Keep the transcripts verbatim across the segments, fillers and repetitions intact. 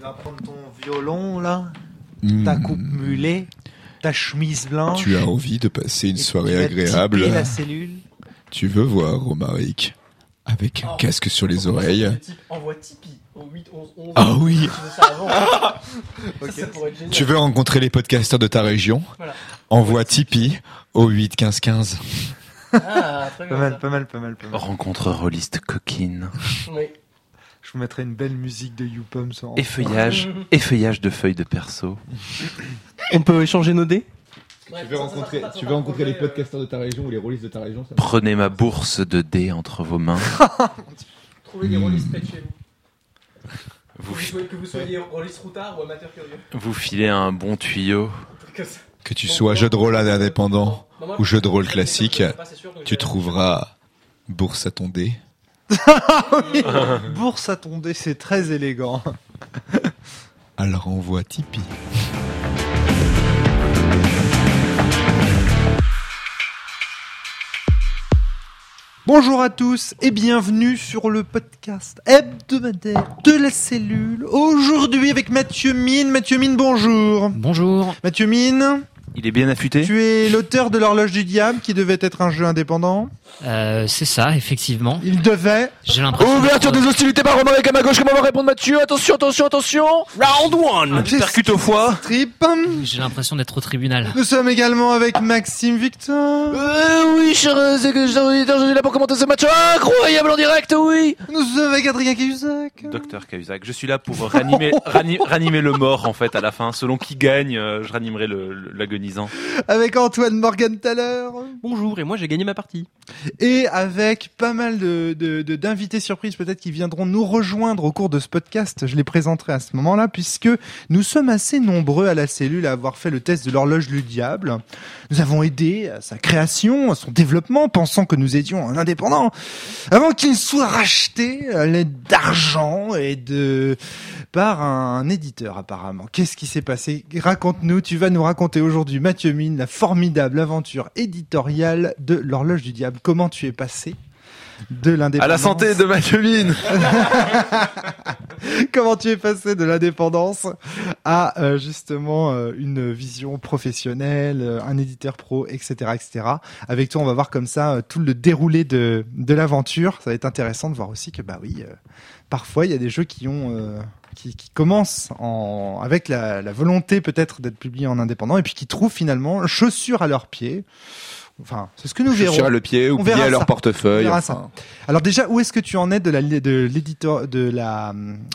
vas prendre ton violon là, mmh. ta coupe mulet, ta chemise blanche. Tu as envie de passer une soirée agréable. Tu vas la cellule. Tu veux voir Romaric avec un oh, casque sur les oreilles. Envoie Tipeee au huit onze onze. Ah oui. Tu veux ça avant, hein. Okay. Ça, ça pourrait être génial. Tu veux rencontrer les podcasteurs de ta région. Voilà. Envoie Tipeee au huit quinze quinze. Ah, très bien. Pas mal, pas mal, pas mal, pas mal. Rencontre rôliste coquine. Oui. Je vous mettrai une belle musique de YouPom sans. Effeuillage, effeuillage de feuilles de perso. On peut échanger nos dés. Ouais, tu veux rencontrer, tu veux rencontrer les podcasteurs de ta région ou les rôlistes de ta région ça Prenez ma bourse de dés entre vos mains. Trouvez des rôlistes près de chez vous. Vous que, vous, que vous soyez rôliste routard ou amateur curieux. Vous filez un bon tuyau. Que tu sois jeu de rôle indépendant non, non, ou jeu de rôle classique, pas, sûr, tu trouveras bourse à ton dé. Oui, bourse à ton dé, c'est très élégant. Alors envoie Tipeee. Bonjour à tous et bienvenue sur le podcast hebdomadaire de la cellule. Aujourd'hui avec Mathieu Mine. Mathieu Mine, bonjour. Bonjour. Mathieu Mine. Il est bien affûté. Tu es l'auteur de l'Horloge du Diable qui devait être un jeu indépendant. Euh, c'est ça, effectivement. Il devait. J'ai l'impression. Ouverture des hostilités par Romaric à ma gauche. Comment va répondre Mathieu? Attention, attention, attention. Round one. Percute au foie. Trip. J'ai l'impression d'être au tribunal. Nous sommes également avec Maxime Victor. Euh, oui, cher auditeur, je suis là pour commenter ce match incroyable en direct, oui. Nous sommes avec Adrien Cahuzac. Docteur Cahuzac, je suis là pour ranimer, rani, ranimer le mort en fait à la fin. Selon qui gagne, euh, je ranimerai le, le, l'agonisant. Avec Antoine Morgenthaler. Bonjour, et moi j'ai gagné ma partie. Et avec pas mal de, de, de d'invités surprises peut-être qui viendront nous rejoindre au cours de ce podcast. Je les présenterai à ce moment-là puisque nous sommes assez nombreux à la cellule à avoir fait le test de l'Horloge du Diable. Nous avons aidé à sa création, à son développement, pensant que nous étions un indépendant avant qu'il soit racheté à l'aide d'argent et de par un éditeur apparemment. Qu'est-ce qui s'est passé? Raconte-nous, tu vas nous raconter aujourd'hui, Mathieu Mine, la formidable aventure éditoriale de l'Horloge du Diable. Comment tu es passé de l'indépendance à la santé de Mathieu Mine. Comment tu es passé de l'indépendance à euh, justement euh, une vision professionnelle, euh, un éditeur pro, et cetera, et cetera. Avec toi, on va voir comme ça euh, tout le déroulé de de l'aventure. Ça va être intéressant de voir aussi que bah oui, euh, parfois il y a des jeux qui ont euh, qui, qui commencent en avec la, la volonté peut-être d'être publiés en indépendant et puis qui trouvent finalement chaussures à leurs pieds. Enfin, c'est ce que nous verrons. Chaussures à le pied, ou à leur portefeuille. Enfin. Ça. Alors déjà, où est-ce que tu en es de la de l'éditeur de la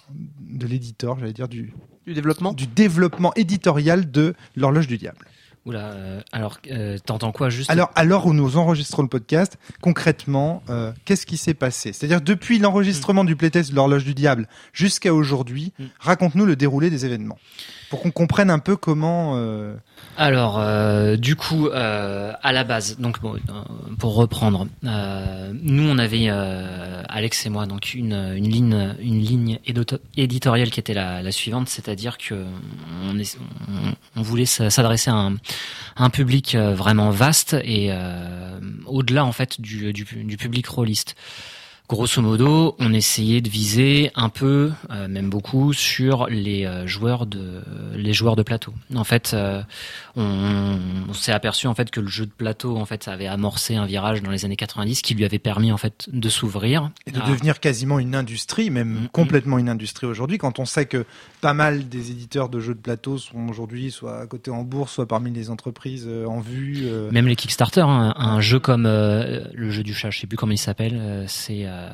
de l'éditeur, j'allais dire du du développement du développement éditorial de l'Horloge du Diable. Oula, euh, alors euh, t'entends quoi juste? Alors, à l'heure où nous enregistrons le podcast, concrètement, euh, qu'est-ce qui s'est passé? C'est-à-dire depuis l'enregistrement mmh. du playtest de l'Horloge du Diable jusqu'à aujourd'hui, mmh. raconte-nous le déroulé des événements pour qu'on comprenne un peu comment. Euh... Alors, euh, du coup, euh, à la base, donc bon, pour reprendre, euh, nous on avait euh, Alex et moi donc une une ligne une ligne éditoriale qui était la, la suivante, c'est-à-dire que on, est, on, on voulait s'adresser à un, un public vraiment vaste et euh, au-delà en fait du, du, du public rôliste. Grosso modo, on essayait de viser un peu, euh, même beaucoup, sur les euh, joueurs de les joueurs de plateau. En fait, euh, on, on s'est aperçu en fait que le jeu de plateau en fait avait amorcé un virage dans les années quatre-vingt-dix qui lui avait permis en fait de s'ouvrir et de à... devenir quasiment une industrie, même mmh, complètement une industrie aujourd'hui. Quand on sait que pas mal des éditeurs de jeux de plateau sont aujourd'hui soit cotés en bourse, soit parmi les entreprises euh, en vue. Euh... Même les Kickstarter, hein, un jeu comme euh, le jeu du chat, je sais plus comment il s'appelle, euh, c'est euh,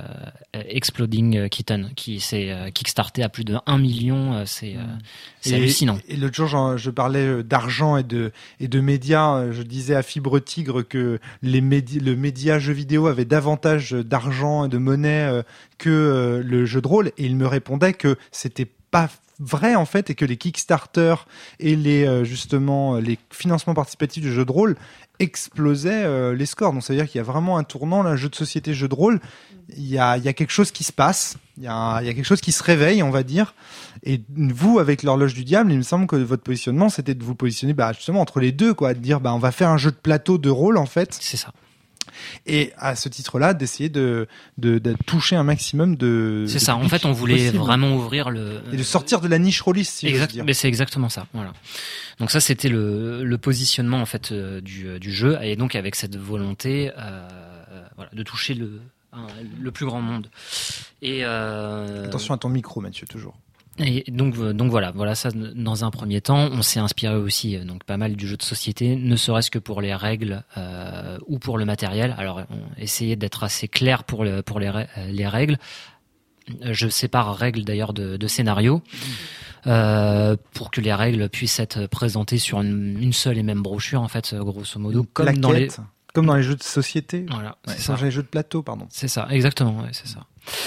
Exploding Kitten, qui s'est euh, kickstarté à plus de un million, euh, c'est, euh, c'est et, hallucinant. Et l'autre jour, je parlais d'argent et de, et de médias, je disais à Fibre Tigre que les médi- le média jeu vidéo avait davantage d'argent et de monnaie euh, que euh, le jeu de rôle, et il me répondait que c'était pas vrai en fait, et que les Kickstarter et les euh, justement les financements participatifs du jeu de rôle explosaient euh, les scores. Donc ça veut dire qu'il y a vraiment un tournant là, jeu de société, jeu de rôle. Il y a il y a quelque chose qui se passe. Il y a il y a quelque chose qui se réveille, on va dire. Et vous, avec l'Horloge du Diable, il me semble que votre positionnement, c'était de vous positionner bah justement entre les deux, quoi, de dire bah on va faire un jeu de plateau de rôle en fait. C'est ça. Et à ce titre-là, d'essayer de, de, de toucher un maximum de. C'est de ça. En fait, on voulait possible. vraiment ouvrir le. Et de sortir de la niche rôliste, si exact, je veux dire. Mais c'est exactement ça. Voilà. Donc ça, c'était le, le positionnement en fait euh, du, du jeu, et donc avec cette volonté, euh, voilà, de toucher le, un, le plus grand monde. Et euh, attention à ton micro, Mathieu, toujours. Et donc, donc voilà, voilà ça dans un premier temps. On s'est inspiré aussi donc pas mal du jeu de société, ne serait-ce que pour les règles euh, ou pour le matériel. Alors, on essayait d'être assez clair pour le, pour les, les règles. Je sépare règles d'ailleurs de, de scénario euh, pour que les règles puissent être présentées sur une, une seule et même brochure en fait, grosso modo, comme Plaquette, dans les comme dans les jeux de société. Voilà, ouais, c'est ça. Dans les jeux de plateau, pardon. C'est ça, exactement, ouais, c'est ça.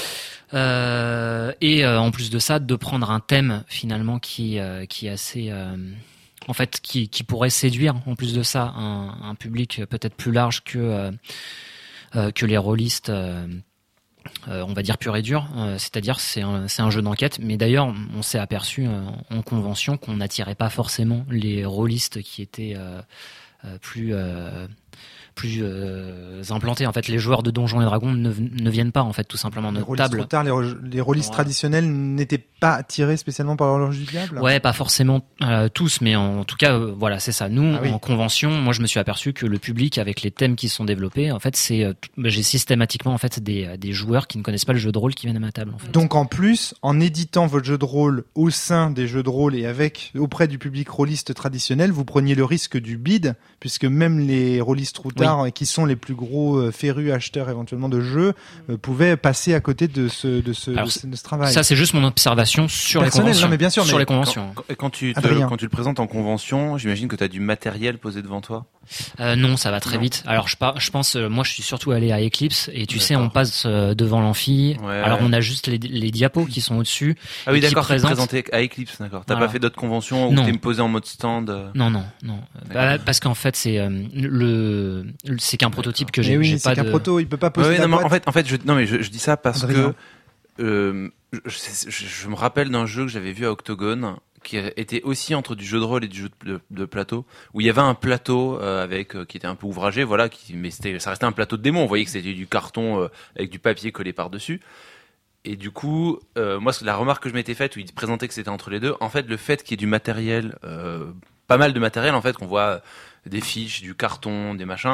Euh, et euh, en plus de ça, de prendre un thème finalement qui euh, qui est assez, euh, en fait, qui qui pourrait séduire en plus de ça un, un public peut-être plus large que euh, euh, que les rôlistes, euh, euh, on va dire pur et dur. Euh, c'est-à-dire c'est un c'est un jeu d'enquête. Mais d'ailleurs, on s'est aperçu euh, en convention qu'on n'attirait pas forcément les rôlistes qui étaient euh, euh, plus euh, plus euh, implantés. En fait, les joueurs de Donjons et Dragons ne, ne viennent pas en fait tout simplement les notre rôlistes table. Trop tard, les, re- les rôlistes Ouais. traditionnels n'étaient pas attirés spécialement par l'horloge du diable. Ouais, pas forcément euh, tous, mais en tout cas, euh, voilà, c'est ça. Nous, Ah oui. en convention, moi, je me suis aperçu que le public, avec les thèmes qui sont développés, en fait, c'est, euh, tout- j'ai systématiquement en fait des, des joueurs qui ne connaissent pas le jeu de rôle qui viennent à ma table. En fait. Donc en plus, en éditant votre jeu de rôle au sein des jeux de rôle et avec auprès du public rôliste traditionnel, vous preniez le risque du bid, puisque même les rôlistes routards, qui sont les plus gros euh, férus acheteurs éventuellement de jeux, euh, pouvaient passer à côté de ce de ce, Alors, de ce, de ce travail. Ça, c'est juste mon observation sur les Personnel, conventions. non, mais bien sûr, sur mais les conventions. Quand, quand tu te, Adrien. quand tu le présentes en convention, j'imagine que tu as du matériel posé devant toi. Euh, non, ça va très Non. vite. Alors je, par- je pense, euh, moi je suis surtout allé à Eclipse et tu D'accord. sais, on passe euh, devant l'amphi. Ouais, Alors ouais. on a juste les, les diapos qui sont au-dessus. Ah oui, Et qui d'accord, tu te présente- présentais à Eclipse, d'accord. T'as Voilà. pas fait d'autres conventions où Non. t'es posé en mode stand euh, Non, non, non. Bah, parce qu'en fait, c'est euh, le, le- c'est qu'un prototype que j'ai. Mais oui, j'ai c'est pas qu'un de... proto, il peut pas Ouais, poser ouais, la non, mais boîte. en fait, en fait, je, non, mais je, je dis ça parce Adrien. que euh, je, je, je me rappelle d'un jeu que j'avais vu à Octogone qui était aussi entre du jeu de rôle et du jeu de, de plateau, où il y avait un plateau euh, avec euh, qui était un peu ouvragé, voilà, qui, mais c'était, ça restait un plateau de démo. On voyait que c'était du carton euh, avec du papier collé par dessus. Et du coup, euh, moi, la remarque que je m'étais faite où il présentait que c'était entre les deux, en fait, le fait qu'il y ait du matériel, euh, pas mal de matériel, en fait, qu'on voit euh, des fiches, du carton, des machins,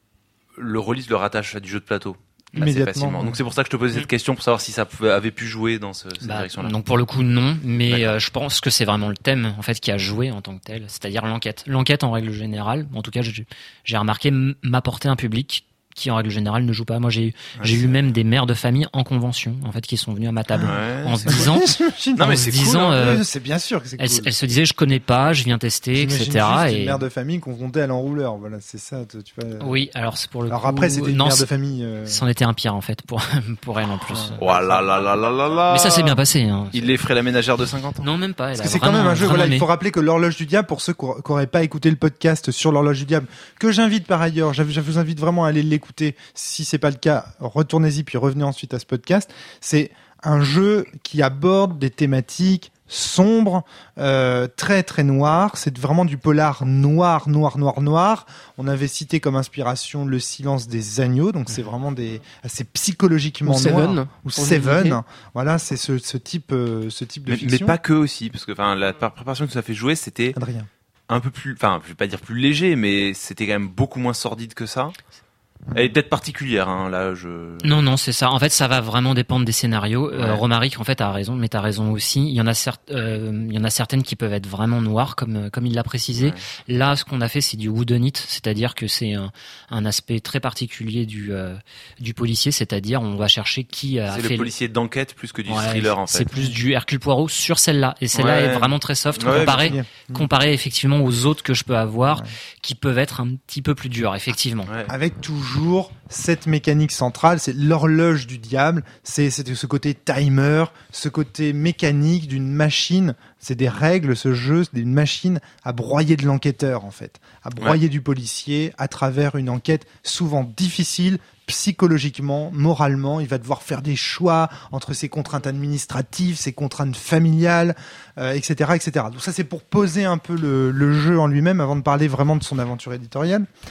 le rôliste le rattache à du jeu de plateau. Assez Immédiatement, facilement. ouais. Donc c'est pour ça que je te posais cette question pour savoir si ça pouvait, avait pu jouer dans ce, cette Bah, direction-là. donc pour le coup non, mais D'accord. euh, je pense que c'est vraiment le thème en fait qui a joué en tant que tel, c'est-à-dire l'enquête. L'enquête en règle générale, en tout cas j'ai, j'ai remarqué m- m'apporter un public qui en règle générale ne joue pas. Moi j'ai eu, j'ai c'est- eu même des mères de famille en convention en fait qui sont venues à ma table Ouais, en se c'est- disant, J'imagine. Non, mais en se c'est cool, disant, hein. euh, Oui, c'est bien sûr que c'est cool. elles, elles se disaient je connais pas, je viens tester, J'imagine et cetera. juste une Et mère de famille confrontée à l'enrouleur. Voilà, c'est ça. Tu, tu vois. oui, alors c'est pour le Alors coup. après, c'était une non, mère de c- famille. euh, c'en était un pire en fait pour pour elle en plus. Oh là là là là là là. Mais ça s'est bien passé. Hein. Il les ferait la ménagère de cinquante ans. Non même pas. Elle Parce a que c'est quand vraiment- même un jeu. vraiment Voilà, il aimé. faut rappeler que l'horloge du diable, pour ceux qui n'auraient pas écouté le podcast sur l'horloge du diable, que j'invite par ailleurs, je je vous invite vraiment à aller l'écouter. Si c'est pas le cas, retournez-y puis revenez ensuite à ce podcast. C'est un jeu qui aborde des thématiques sombres, euh, très très noires. C'est vraiment du polar noir, noir, noir, noir. On avait cité comme inspiration Le Silence des agneaux, donc c'est vraiment des assez psychologiquement Ou Seven, noir. Ou pour Seven. l'éviter. Voilà, c'est ce, ce type, euh, ce type de Mais, mais fiction. pas que aussi, parce que enfin la par- préparation que ça fait jouer, c'était Adrien. un peu plus, enfin je vais pas dire plus léger, mais c'était quand même beaucoup moins sordide que ça. Elle est peut-être particulière, hein, là je. Non, non, c'est ça. En fait, ça va vraiment dépendre des scénarios. Euh, Ouais. Romaric, en fait, a raison, mais t'as raison aussi. Il y en a certes, euh, il y en a certaines qui peuvent être vraiment noires, comme comme il l'a précisé. Ouais. Là, ce qu'on a fait, c'est du whodunit, c'est-à-dire que c'est un, un aspect très particulier du euh, du policier, c'est-à-dire on va chercher qui a C'est fait le policier d'enquête plus que du Ouais, thriller en fait. C'est plus du Hercule Poirot sur celle-là, et celle-là Ouais. est vraiment très soft Ouais, comparé bien. comparé effectivement aux autres que je peux avoir, Ouais. qui peuvent être un petit peu plus durs, effectivement. Ouais. Avec toujours cette mécanique centrale, c'est l'horloge du diable, c'est c'est ce côté timer, ce côté mécanique d'une machine, c'est des règles, ce jeu, c'est une machine à broyer de l'enquêteur en fait, à broyer du policier à travers une enquête souvent difficile, psychologiquement, moralement, il va devoir faire des choix entre ses contraintes administratives, ses contraintes familiales, euh, et cetera, et cetera. Donc ça c'est pour poser un peu le, le jeu en lui-même avant de parler vraiment de son aventure éditoriale.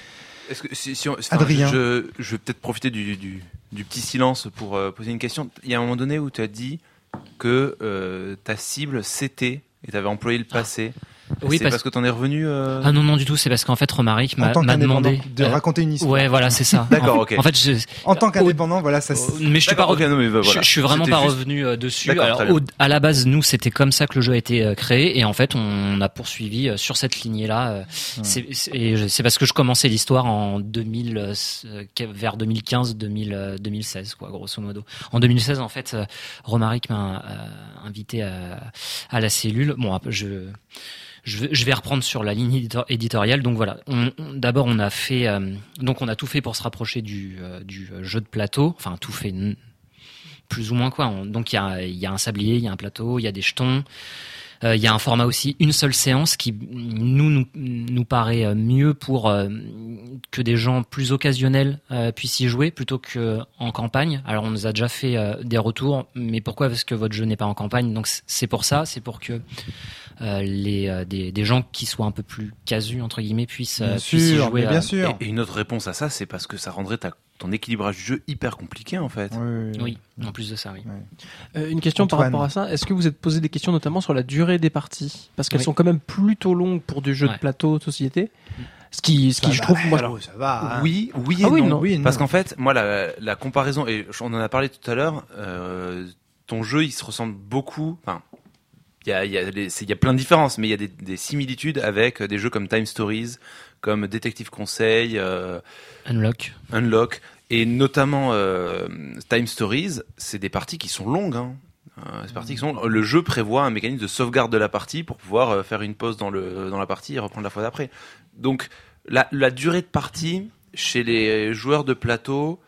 Est-ce que si, si on, enfin, Adrien. Je, je vais peut-être profiter du, du, du petit silence pour euh, poser une question. Il y a un moment donné où tu as dit que euh, ta cible c'était et tu avais employé le passé. Oui, c'est parce... parce que t'en es revenu. Euh... Ah non non du tout, c'est parce qu'en fait Romaric m'a, m'a demandé de euh... raconter une histoire. Ouais voilà c'est ça. D'accord, en, ok. En fait je... en tant qu'indépendant voilà ça. Euh, mais je suis pas okay, non, mais bah, voilà. je, je suis vraiment C'était pas juste... revenu euh, dessus. D'accord, Alors au, à la base nous c'était comme ça que le jeu a été euh, créé et en fait on a poursuivi euh, sur cette lignée là. Euh, hum. c'est, c'est, et c'est parce que je commençais l'histoire en deux mille euh, vers deux mille quinze deux mille deux mille seize quoi grosso modo. En deux mille seize en fait euh, Romaric m'a euh, invité à, à la cellule. Bon je Je, je vais reprendre sur la ligne éditoriale. Donc voilà, on, on, d'abord on a fait, euh, donc on a tout fait pour se rapprocher du, euh, du jeu de plateau. Enfin tout fait n- plus ou moins quoi. On, donc il y a, il y a un sablier, il y a un plateau, il y a des jetons. Euh, il y a un format aussi une seule séance qui nous nous, nous paraît mieux pour euh, que des gens plus occasionnels euh, puissent y jouer plutôt que en campagne. Alors on nous a déjà fait euh, des retours, mais pourquoi ? Parce que votre jeu n'est pas en campagne. Donc c'est pour ça, c'est pour que Euh, les euh, des, des gens qui soient un peu plus casus entre guillemets puissent, euh, puissent y jouer. Bien à... sûr. Et, et une autre réponse à ça, c'est parce que ça rendrait ta, ton équilibrage du jeu hyper compliqué en fait. Oui, oui. oui en plus de ça, oui. oui. Euh, une question Antoine. Par rapport à ça, est-ce que vous êtes posé des questions notamment sur la durée des parties ? Parce qu'elles oui. sont quand même plutôt longues pour du jeu ouais. de plateau de société. Ce qui, ce qui, je trouve, moi, alors, ça va. Hein. Oui, oui et ah, oui, non. non. Oui, non. Parce qu'en fait, moi, la, la comparaison, et on en a parlé tout à l'heure, euh, ton jeu, il se ressemble beaucoup. Enfin, il y a, il y a, il y a plein de différences, mais il y a des, des similitudes avec des jeux comme Time Stories, comme Détective Conseil, euh, Unlock, Unlock, et notamment euh, Time Stories, c'est des parties qui sont longues. Hein. Euh, ces parties qui sont, le jeu prévoit un mécanisme de sauvegarde de la partie pour pouvoir euh, faire une pause dans le dans la partie et reprendre la fois d'après. Donc la, la durée de partie chez les joueurs de plateau,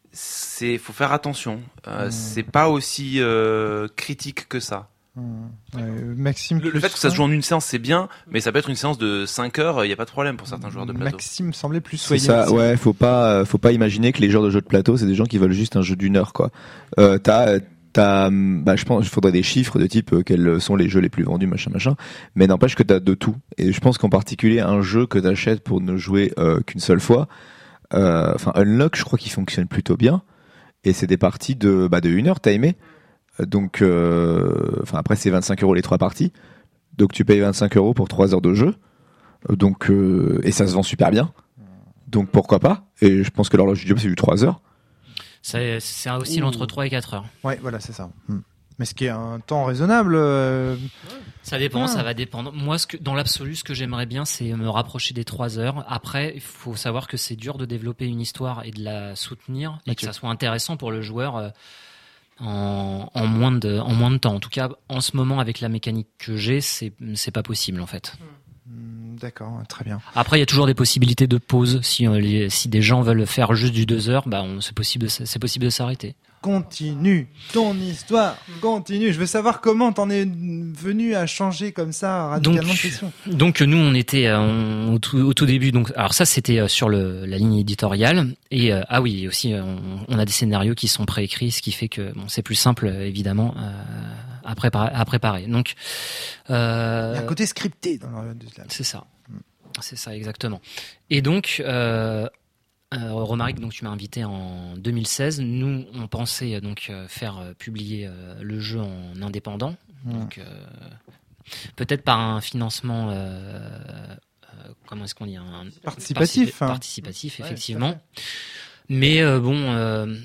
c'est faut faire attention. Euh, mmh. C'est pas aussi euh, critique que ça. Mmh. Euh, Maxime, le, le fait que ça se joue en une séance, c'est bien, mais ça peut être une séance de cinq heures. Il y a pas de problème pour certains joueurs de plateau. Maxime semblait plus soigné. C'est ça, ouais. Faut pas, faut pas imaginer que les joueurs de jeux de plateau, c'est des gens qui veulent juste un jeu d'une heure, quoi. Euh, t'as T'as, bah, je pense, il faudrait des chiffres de type euh, quels sont les jeux les plus vendus, machin, machin. Mais n'empêche que t'as de tout. Et je pense qu'en particulier un jeu que t'achètes pour ne jouer euh, qu'une seule fois, enfin euh, Unlock, je crois qu'il fonctionne plutôt bien. Et c'est des parties de, bah, de une heure, t'as aimé. Donc, enfin euh, après c'est vingt-cinq euros les trois parties. Donc tu payes vingt-cinq euros pour trois heures de jeu. Donc euh, et ça se vend super bien. Donc pourquoi pas. Et je pense que l'horloge du job c'est du trois heures. C'est, c'est aussi Ouh. entre trois et quatre heures. Ouais, voilà, c'est ça. Hmm. Mais ce qui est un temps raisonnable. Euh... Ça dépend, ah. ça va dépendre. Moi, ce que, dans l'absolu, ce que j'aimerais bien, c'est me rapprocher des trois heures. Après, il faut savoir que c'est dur de développer une histoire et de la soutenir et okay. que ça soit intéressant pour le joueur euh, en, en, moins de, en moins de temps. En tout cas, en ce moment, avec la mécanique que j'ai, c'est, c'est pas possible, en fait. D'accord, très bien. Après, il y a toujours des possibilités de pause. Si, euh, les, si des gens veulent faire juste du deux heures, bah, on, c'est possible, de, c'est possible de s'arrêter. Continue ton histoire, continue. Je veux savoir comment t'en es venu à changer comme ça radicalement donc, de question. Donc nous, on était on, au, tout, au tout début. Donc, alors ça, c'était sur le, la ligne éditoriale. Et euh, ah oui, aussi, on, on a des scénarios qui sont préécrits, ce qui fait que bon, c'est plus simple, évidemment, euh, à préparer. À préparer. Donc, euh, il y a un côté scripté dans le de c'est ça, c'est ça exactement. Et donc. Euh, Euh, Romaric, donc tu m'as invité en deux mille seize. Nous, on pensait donc euh, faire euh, publier euh, le jeu en indépendant, mmh. donc euh, peut-être par un financement, euh, euh, comment est-ce qu'on dit, un participatif, participa- hein. participatif, effectivement. Ouais, mais euh, bon. Euh,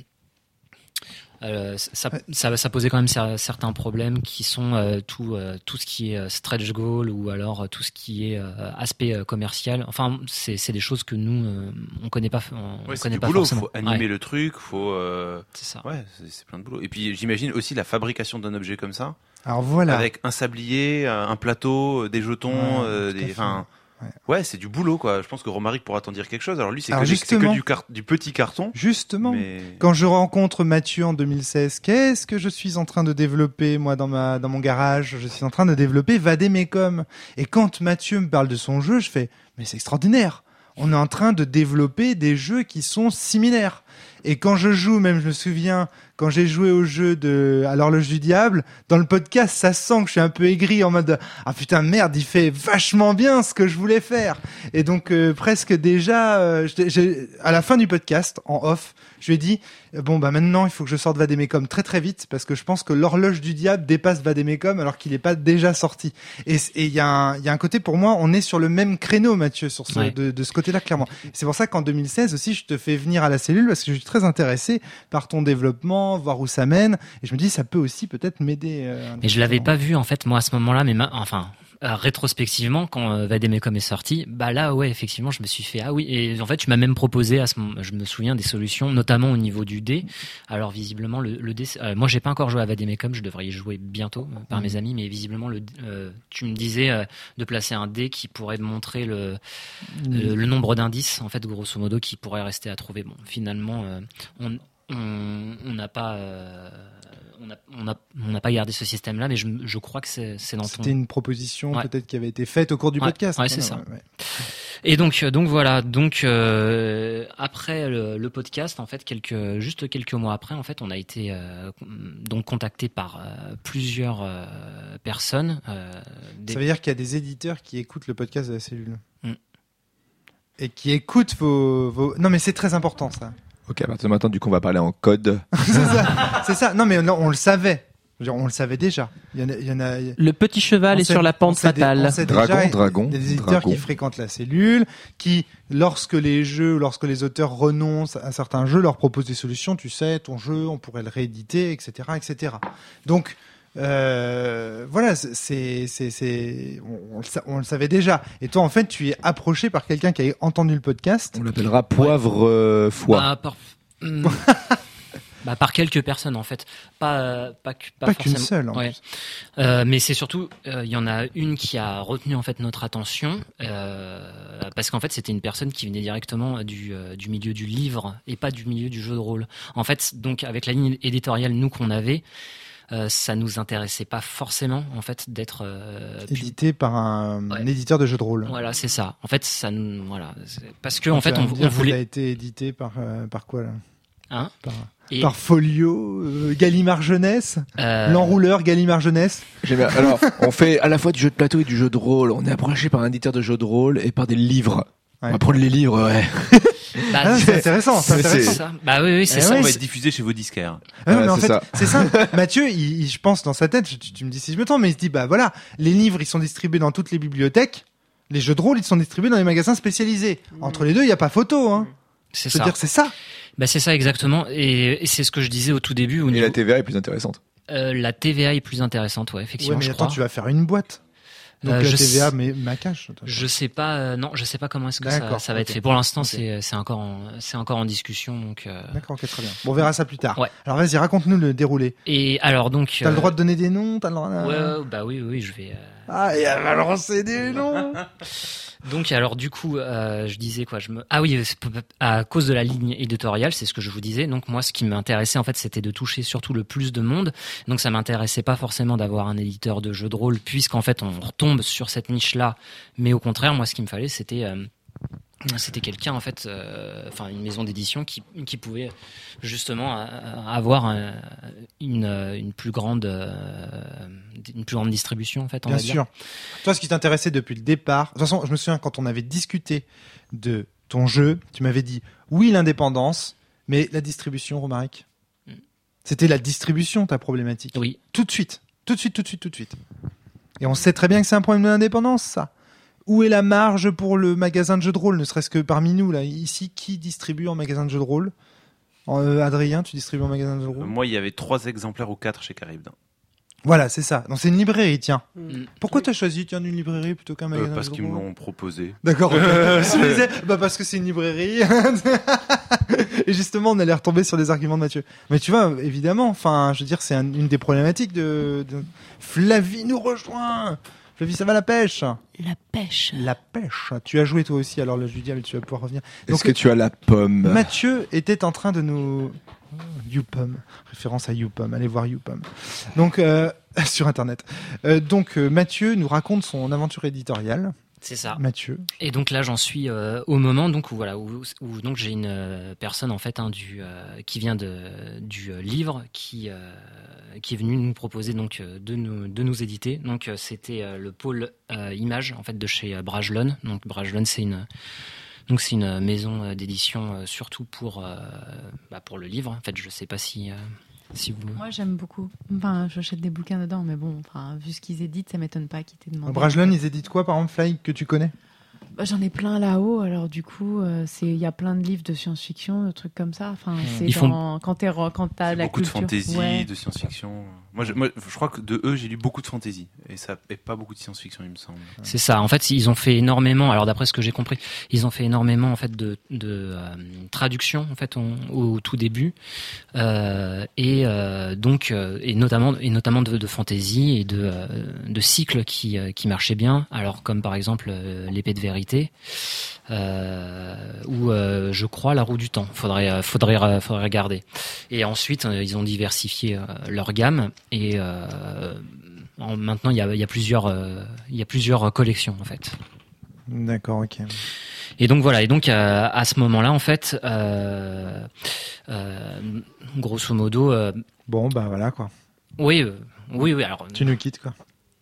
Euh, ça, ça, ça posait quand même certains problèmes qui sont euh, tout, euh, tout ce qui est stretch goal ou alors tout ce qui est euh, aspect euh, commercial. Enfin, c'est, c'est des choses que nous, euh, on connaît pas, on ouais, connaît c'est pas du boulot, forcément. Faut animer ouais. le truc, faut. Euh... C'est ça. Ouais, c'est, c'est plein de boulot. Et puis j'imagine aussi la fabrication d'un objet comme ça. Alors voilà. Avec un sablier, un plateau, des jetons, ouais, euh, des. Enfin. Ouais. ouais, c'est du boulot, quoi. Je pense que Romaric pourra t'en dire quelque chose. Alors lui, c'est, Alors que, c'est que du, car- du petit carton. Justement, mais... quand je rencontre Mathieu en deux mille seize, qu'est-ce que je suis en train de développer, moi, dans ma dans mon garage ? Je suis en train de développer Vademecum. Et quand Mathieu me parle de son jeu, je fais « Mais c'est extraordinaire ! On est en train de développer des jeux qui sont similaires. » Et quand je joue, même je me souviens, quand j'ai joué au jeu de à l'horloge du diable, dans le podcast, ça sent que je suis un peu aigri en mode ah putain merde, il fait vachement bien ce que je voulais faire. Et donc euh, presque déjà, euh, j'ai, j'ai, à la fin du podcast, en off, je lui ai dit bon bah maintenant il faut que je sorte Vademecum très très vite parce que je pense que l'horloge du diable dépasse Vademecum alors qu'il n'est pas déjà sorti. Et il y a un il y a un côté pour moi, on est sur le même créneau, Mathieu, sur ce ouais. de, de ce côté-là clairement. Et c'est pour ça qu'en deux mille seize aussi, je te fais venir à la cellule parce que je suis très intéressé par ton développement, voir où ça mène. Et je me dis ça peut aussi peut-être m'aider. Euh, mais je l'avais pas vu en fait moi à ce moment-là, mais ma... enfin. Euh, rétrospectivement, quand euh, Vademecum est sorti, bah là, ouais, effectivement, je me suis fait ah oui. Et en fait, tu m'as même proposé à ce moment, je me souviens des solutions, notamment au niveau du dé. Alors visiblement, le, le dé, euh, moi, j'ai pas encore joué à Vademecum, je devrais y jouer bientôt euh, par mmh. mes amis, mais visiblement, le, euh, tu me disais euh, de placer un dé qui pourrait me montrer le, mmh. le, le nombre d'indices, en fait, grosso modo, qui pourrait rester à trouver. Bon, finalement, euh, on on n'a pas euh, on n'a on a, on a pas gardé ce système-là, mais je, je crois que c'est, c'est dans ton... C'était une proposition ouais. peut-être qui avait été faite au cours du ouais. podcast. Ouais, c'est ça. Ouais, ouais. Et donc, donc voilà. Donc euh, après le, le podcast, en fait, quelques juste quelques mois après, en fait, on a été euh, donc contacté par euh, plusieurs euh, personnes. Euh, des... Ça veut dire qu'il y a des éditeurs qui écoutent le podcast de la cellule mm. et qui écoutent vos, vos. Non, mais c'est très important ça. Ok, à partir de maintenant, du coup, on va parler en code. c'est ça, c'est ça. Non, mais non, on le savait. Genre, on le savait déjà. Il y en a, il y en a... Le petit cheval est sait, sur la pente fatale. Dé, dragon, déjà, dragon. Il y a des éditeurs dragon. qui fréquentent la cellule, qui, lorsque les jeux, lorsque les auteurs renoncent à certains jeux, leur proposent des solutions. Tu sais, ton jeu, on pourrait le rééditer, et cetera, et cetera. Donc, euh, voilà, c'est, c'est, c'est, on, on, le, on le savait déjà. Et toi, en fait, tu es approché par quelqu'un qui a entendu le podcast. On l'appellera Poivre ouais. euh, Foie. Bah, par... Bah, par quelques personnes en fait, pas pas, pas, pas qu'une seule. En ouais. euh, mais c'est surtout, il euh, y en a une qui a retenu en fait notre attention euh, parce qu'en fait c'était une personne qui venait directement du euh, du milieu du livre et pas du milieu du jeu de rôle. En fait, donc avec la ligne éditoriale nous qu'on avait. Euh, ça nous intéressait pas forcément en fait d'être euh, édité par un, ouais. un éditeur de jeux de rôle. Voilà, c'est ça. En fait, ça nous voilà, c'est... parce que en fait on, on voulait. Ça a été édité par euh, par quoi là? Hein par, et... par Folio, euh, Gallimard Jeunesse, euh... l'enrouleur Gallimard Jeunesse. J'aime bien. Alors, on fait à la fois du jeu de plateau et du jeu de rôle. On est approché par un éditeur de jeux de rôle et par des livres. Ouais. On va prendre les livres, ouais. Bah, ah, c'est intéressant, c'est intéressant. C'est ça. Bah oui, oui, c'est eh ça. Ouais, on va c'est... être diffusé chez vos disquaires. Ah, ouais, mais en c'est fait, ça. c'est ça. Mathieu, il, il, je pense dans sa tête, tu, tu me dis si je me trompe, mais il se dit bah voilà, les livres ils sont distribués dans toutes les bibliothèques, les jeux de rôle ils sont distribués dans les magasins spécialisés. Mmh. Entre les deux, il y a pas photo, hein. C'est je ça. veux dire, c'est ça. Bah c'est ça exactement, et, et c'est ce que je disais au tout début. Au et niveau... la T V A est plus intéressante. Euh, la T V A est plus intéressante, ouais, effectivement. Ouais, mais je attends, crois. tu vas faire une boîte. Donc euh, la T V A, sais... mais ma cache. Je sais pas, euh, non, je sais pas comment est-ce que ça, ça va okay. être fait. Pour l'instant, okay. c'est c'est encore en, c'est encore en discussion, donc. Euh... D'accord, ok, très bien. Bon, on verra ça plus tard. Ouais. Alors vas-y, raconte-nous le déroulé. Et alors donc. T'as euh... le droit de donner des noms, t'as le droit. De... Ouais, bah oui, oui, je vais. Euh... Ah, et elle va lancer des noms. Donc alors du coup, euh, je disais quoi, je me ah oui, à cause de la ligne éditoriale, c'est ce que je vous disais. Donc moi, ce qui m'intéressait en fait, c'était de toucher surtout le plus de monde. Donc ça m'intéressait pas forcément d'avoir un éditeur de jeux de rôle, puisqu'en fait on retombe sur cette niche-là. Mais au contraire, moi, ce qu'il me fallait, c'était euh, c'était quelqu'un en fait, euh, enfin une maison d'édition qui qui pouvait justement euh, avoir un, une une plus grande euh, une plus grande distribution en fait. On Bien va sûr. dire. Toi, ce qui t'intéressait depuis le départ. De toute façon, je me souviens quand on avait discuté de ton jeu, tu m'avais dit oui l'indépendance, mais la distribution, Romaric. Mm. C'était la distribution ta problématique. Oui. Tout de suite, tout de suite, tout de suite, tout de suite. Et on sait très bien que c'est un problème de l'indépendance, ça. Où est la marge pour le magasin de jeux de rôle, ne serait-ce que parmi nous là ici, qui distribue en magasin de jeux de rôle? euh, Adrien, tu distribues en magasin de jeux de rôle? Moi, il y avait trois exemplaires ou quatre chez Caribdin. Voilà, c'est ça. Donc c'est une librairie, tiens. Mm. Pourquoi t'as choisi tiens une librairie plutôt qu'un magasin euh, Parce de qu'ils rôle? me l'ont proposé. D'accord. Okay. Je me disais, bah parce que c'est une librairie. Et justement, on allait retomber sur des arguments de Mathieu. Mais tu vois, évidemment, enfin, je veux dire, c'est un, une des problématiques de, de... Flavie nous rejoint. Flavie, ça va la pêche? La pêche. La pêche. Tu as joué toi aussi, alors le Judial, tu vas pouvoir revenir. Est-ce Donc, que tu as la pomme? Mathieu était en train de nous... Oh, YouPom, référence à YouPom, allez voir YouPom. Donc, euh, sur Internet. Euh, donc, euh, Mathieu nous raconte son aventure éditoriale. C'est ça. Mathieu. Et donc là, j'en suis euh, au moment donc où voilà où, où donc j'ai une euh, personne en fait hein, du euh, qui vient de du euh, livre qui euh, qui est venu nous proposer donc euh, de nous de nous éditer. Donc euh, c'était euh, le pôle euh, image en fait de chez euh, Bragelonne. Donc Bragelonne, c'est une donc c'est une maison euh, d'édition euh, surtout pour euh, bah, pour le livre. En fait, je sais pas si euh, si vous... Moi, j'aime beaucoup. Enfin, j'achète des bouquins dedans, mais bon, enfin, vu ce qu'ils éditent, ça m'étonne pas qu'ils t'aient demandé. Bragelonne, ils éditent quoi, par exemple, Fly, que tu connais? Bah, j'en ai plein là-haut, alors du coup, euh, c'est il y a plein de livres de science-fiction, de trucs comme ça. Enfin, c'est Ils dans... quand t'es quand t'as la beaucoup culture. de fantasy, ouais. de science-fiction. Moi je, moi, je crois que de eux, j'ai lu beaucoup de fantasy et ça et pas beaucoup de science-fiction, il me semble. C'est ça. En fait, ils ont fait énormément. Alors, d'après ce que j'ai compris, ils ont fait énormément en fait de, de euh, traductions en fait on, au tout début euh, et euh, donc euh, et notamment et notamment de, de fantasy et de euh, de cycles qui euh, qui marchaient bien. Alors, comme par exemple euh, l'épée de vérité. Euh, ou euh, je crois la roue du temps. Faudrait, faudrait, faudrait regarder. Et ensuite, euh, ils ont diversifié euh, leur gamme et euh, en, maintenant il y a, il y a plusieurs, euh, il y a plusieurs collections en fait. D'accord, ok. Et donc voilà. Et donc à, à ce moment-là, en fait, euh, euh, grosso modo. Euh, bon, bah voilà quoi. Oui, euh, oui, oui. Alors. Tu nous quittes quoi.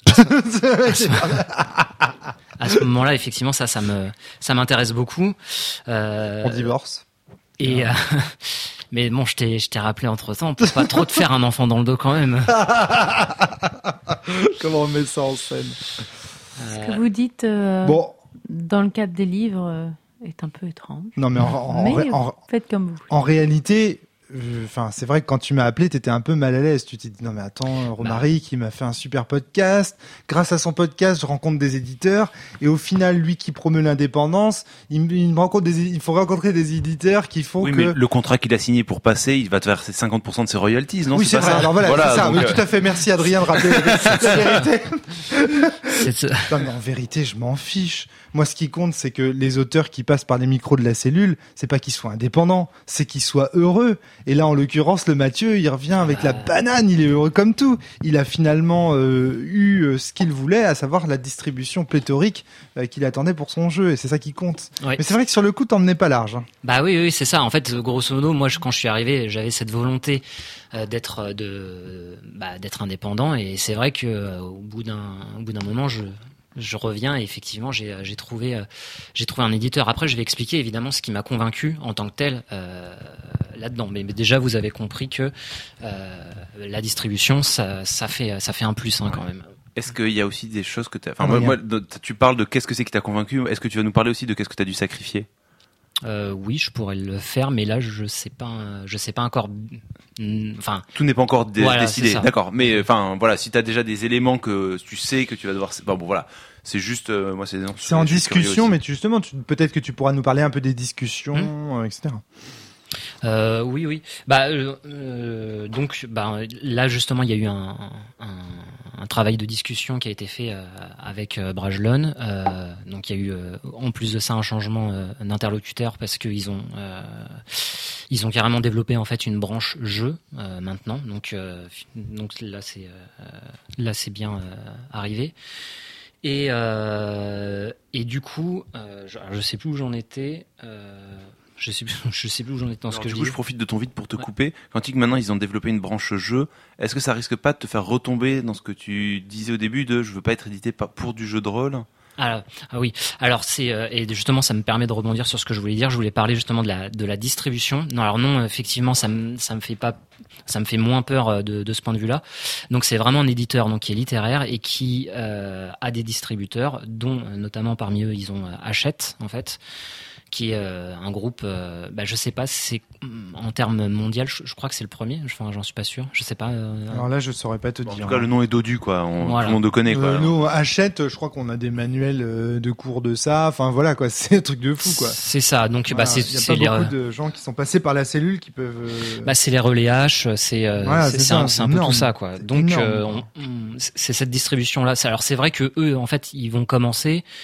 À ce moment-là, effectivement, ça, ça me, ça m'intéresse beaucoup. Euh, on divorce. Et euh, mais bon, je t'ai, je t'ai rappelé entre temps, on peut pas trop te faire un enfant dans le dos quand même. Comment on met ça en scène? Ce que vous dites euh, bon. dans le cadre des livres euh, est un peu étrange. Non, mais en, en, mais en, faites comme vous. En réalité. Enfin, c'est vrai que quand tu m'as appelé, t'étais un peu mal à l'aise. Tu t'es dit non mais attends, Romaric, bah. il m'a fait un super podcast. Grâce à son podcast, je rencontre des éditeurs. Et au final, lui qui promeut l'indépendance, il, il me rencontre des, il faut rencontrer des éditeurs qui font oui, que. Oui, mais le contrat qu'il a signé pour passer, il va te verser cinquante pour cent de ses royalties, non? Oui, c'est, c'est vrai. Ça. Alors voilà, voilà c'est ça. Donc, oui, euh... tout à fait. Merci Adrien de rappeler la vérité. Non mais en vérité, je m'en fiche. Moi, ce qui compte, c'est que les auteurs qui passent par les micros de la cellule, c'est pas qu'ils soient indépendants, c'est qu'ils soient heureux. Et là, en l'occurrence, le Mathieu, il revient avec la banane, il est heureux comme tout. Il a finalement euh, eu euh, ce qu'il voulait, à savoir la distribution pléthorique euh, qu'il attendait pour son jeu, et c'est ça qui compte. Oui. Mais c'est vrai que sur le coup, t'emmenais pas large. Hein. Bah oui, oui, c'est ça. En fait, grosso modo, moi, je, quand je suis arrivé, j'avais cette volonté euh, d'être de, bah, d'être indépendant, et c'est vrai que euh, au bout d'un, au bout d'un moment, je Je reviens et effectivement j'ai j'ai trouvé euh, j'ai trouvé un éditeur. Après je vais expliquer évidemment ce qui m'a convaincu en tant que tel euh, là-dedans. Mais, mais déjà vous avez compris que euh, la distribution ça ça fait ça fait un plus hein, quand même. Est-ce qu'il y a aussi des choses que t'as... Enfin moi, moi tu parles de qu'est-ce que c'est qui t'a convaincu. Est-ce que tu vas nous parler aussi de qu'est-ce que t'as dû sacrifier? Euh, oui, je pourrais le faire, mais là, je sais pas, je sais pas encore. Enfin, tout n'est pas encore dé- voilà, décidé. D'accord, mais enfin, voilà, si t'as déjà des éléments que tu sais que tu vas devoir, bon, bon voilà, c'est juste, euh, moi, c'est. C'est en discussion, mais tu, justement, tu, peut-être que tu pourras nous parler un peu des discussions, mmh. euh, et cetera. Euh, oui, oui. Bah, euh, donc, bah, là justement, il y a eu un, un, un travail de discussion qui a été fait euh, avec euh, Bragelonne. Euh, donc, il y a eu, euh, en plus de ça, un changement euh, d'interlocuteur parce qu'ils ont, euh, ils ont carrément développé en fait une branche jeu euh, maintenant. Donc, euh, donc là, c'est, euh, là, c'est bien euh, arrivé. Et euh, et du coup, euh, je, je sais plus où j'en étais. Euh, Je sais plus, je sais plus où j'en étais dans Alors, ce que du je coup, dis. je profite de ton vide pour te ouais. couper. Quand tu dis que maintenant ils ont développé une branche jeu, est-ce que ça risque pas de te faire retomber dans ce que tu disais au début de je veux pas être édité pour du jeu de rôle? Ah, ah oui. Alors c'est euh, et justement ça me permet de rebondir sur ce que je voulais dire. Je voulais parler justement de la de la distribution. Non, alors non, effectivement, ça me ça me fait pas ça me fait moins peur de de ce point de vue-là. Donc c'est vraiment un éditeur donc qui est littéraire et qui euh, a des distributeurs dont notamment parmi eux ils ont euh, Hachette en fait, qui est euh, un groupe, euh, bah, je sais pas, c'est en termes mondial, je, je crois que c'est le premier. Enfin, j'en suis pas sûr. Je sais pas. Euh... Alors là, je saurais pas te bon, dire. En tout cas, le nom est dodu, quoi. On, voilà. Tout le monde le connaît, quoi. Euh, nous, Hachette, je crois qu'on a des manuels de cours de ça. Enfin, voilà, quoi. C'est un truc de fou, quoi. C'est ça. Donc, voilà. bah, c'est. Il y a c'est pas les... beaucoup de gens qui sont passés par la cellule qui peuvent. Euh... Bah, c'est les relais H. C'est. Euh, voilà, c'est, c'est, ça, un, c'est un peu tout ça, quoi. C'est Donc, énorme, euh, on, on, c'est cette distribution-là. Alors, c'est vrai que eux, en fait, ils vont commencer.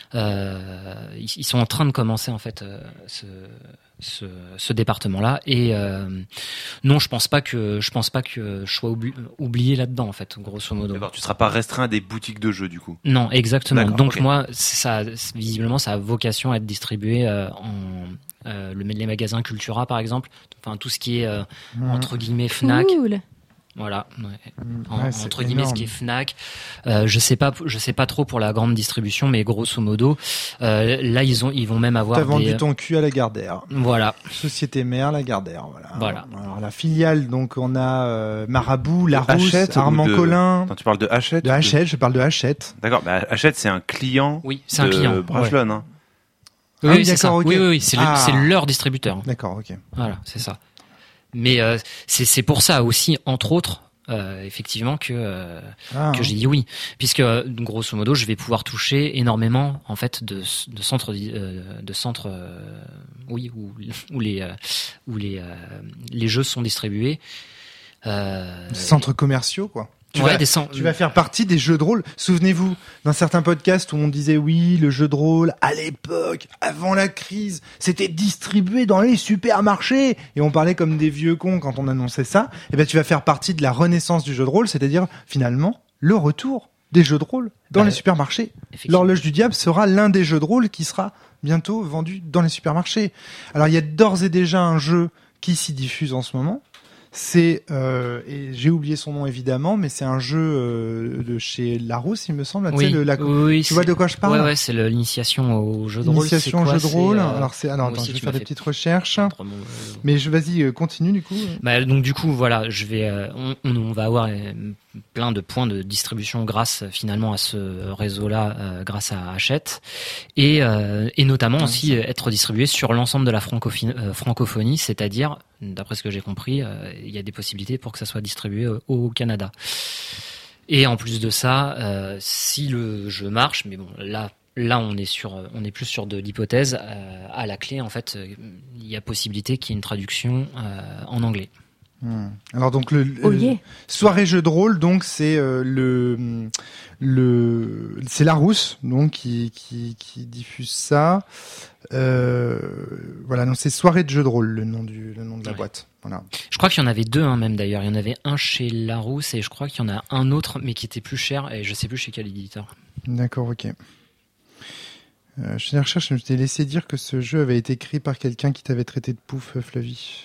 Euh, ils, ils sont en train de commencer en fait euh, ce, ce, ce département-là. Et euh, non, je pense pas que je pense pas que je sois oubli, oublié là-dedans en fait, grosso modo. D'accord, tu seras pas restreint à des boutiques de jeux du coup. Non, exactement. D'accord, Donc okay. moi, ça, visiblement, ça a vocation à être distribué euh, en euh, le, les magasins Cultura par exemple. Enfin tout ce qui est euh, mmh. entre guillemets Fnac. Cool. Voilà, ouais. En, ouais, entre guillemets, énorme. Ce qui est Fnac. Euh, je sais pas, je sais pas trop pour la grande distribution, mais grosso modo, euh, là ils ont, ils vont même avoir. T'as des... vendu ton cul à Lagardère. Voilà. Société mère Lagardère, voilà. Voilà. Alors la filiale, donc on a euh, Marabout, Larousse, Armand de... Collin. Attends, tu parles de Hachette. De Hachette, de... je parle de Hachette. D'accord, bah Hachette c'est un client. Oui, c'est un client. Brajlon, ouais. hein. Oui, ah, oui, c'est ça. Okay. Oui, oui, oui, c'est, ah. le, c'est leur distributeur. D'accord, ok. Voilà, c'est ça. Mais euh, c'est, c'est pour ça aussi, entre autres. Euh, effectivement que euh, ah, que j'ai dit oui, puisque grosso modo je vais pouvoir toucher énormément en fait de, de centres euh, de centres euh, oui où, où les euh, où les euh, les jeux sont distribués. Euh, centres commerciaux quoi. Tu, ouais, vas, des cent... tu vas faire partie des jeux de rôle. Souvenez-vous, dans certains podcasts où on disait oui, le jeu de rôle, à l'époque, avant la crise, c'était distribué dans les supermarchés. Et on parlait comme des vieux cons quand on annonçait ça. Et ben, tu vas faire partie de la renaissance du jeu de rôle, c'est-à-dire, finalement, le retour des jeux de rôle dans bah, les supermarchés. L'Horloge du Diable sera l'un des jeux de rôle qui sera bientôt vendu dans les supermarchés. Alors, il y a d'ores et déjà un jeu qui s'y diffuse en ce moment. C'est euh, et j'ai oublié son nom évidemment, mais c'est un jeu euh, de chez Larousse, il me semble. Oui, tu sais, le, la, oui, tu vois de quoi je parle? Ouais, ouais, c'est le, l'initiation au jeu de rôle. L'initiation au jeu de rôle. Euh, alors c'est, alors attends, je vais faire des petites recherches. Mon... Mais je vas-y, continue du coup. Bah donc du coup voilà, je vais, euh, on, on va avoir euh, plein de points de distribution grâce finalement à ce réseau-là, euh, grâce à Hachette, et euh, et notamment aussi euh, être distribué sur l'ensemble de la francophonie, euh, francophonie, c'est-à-dire d'après ce que j'ai compris, euh, il y a des possibilités pour que ça soit distribué au, au Canada. Et en plus de ça, euh, si le jeu marche, mais bon, là, là, on est sur, on est plus sur de l'hypothèse. Euh, à la clé, en fait, il y a possibilité qu'il y ait une traduction euh, en anglais. Hmm. Alors donc le, oh yeah. le soirée jeu de rôle, donc c'est euh, le le c'est Larousse donc qui qui qui diffuse ça. Euh, voilà, donc c'est soirée de jeu de rôle le nom du le nom de la ouais. boîte. Voilà. Je crois qu'il y en avait deux hein, même d'ailleurs. Il y en avait un chez Larousse et je crois qu'il y en a un autre mais qui était plus cher et je sais plus chez quel éditeur. D'accord, ok. Euh, je fais des recherches, je t'ai laissé dire que ce jeu avait été écrit par quelqu'un qui t'avait traité de pouf, Flavie.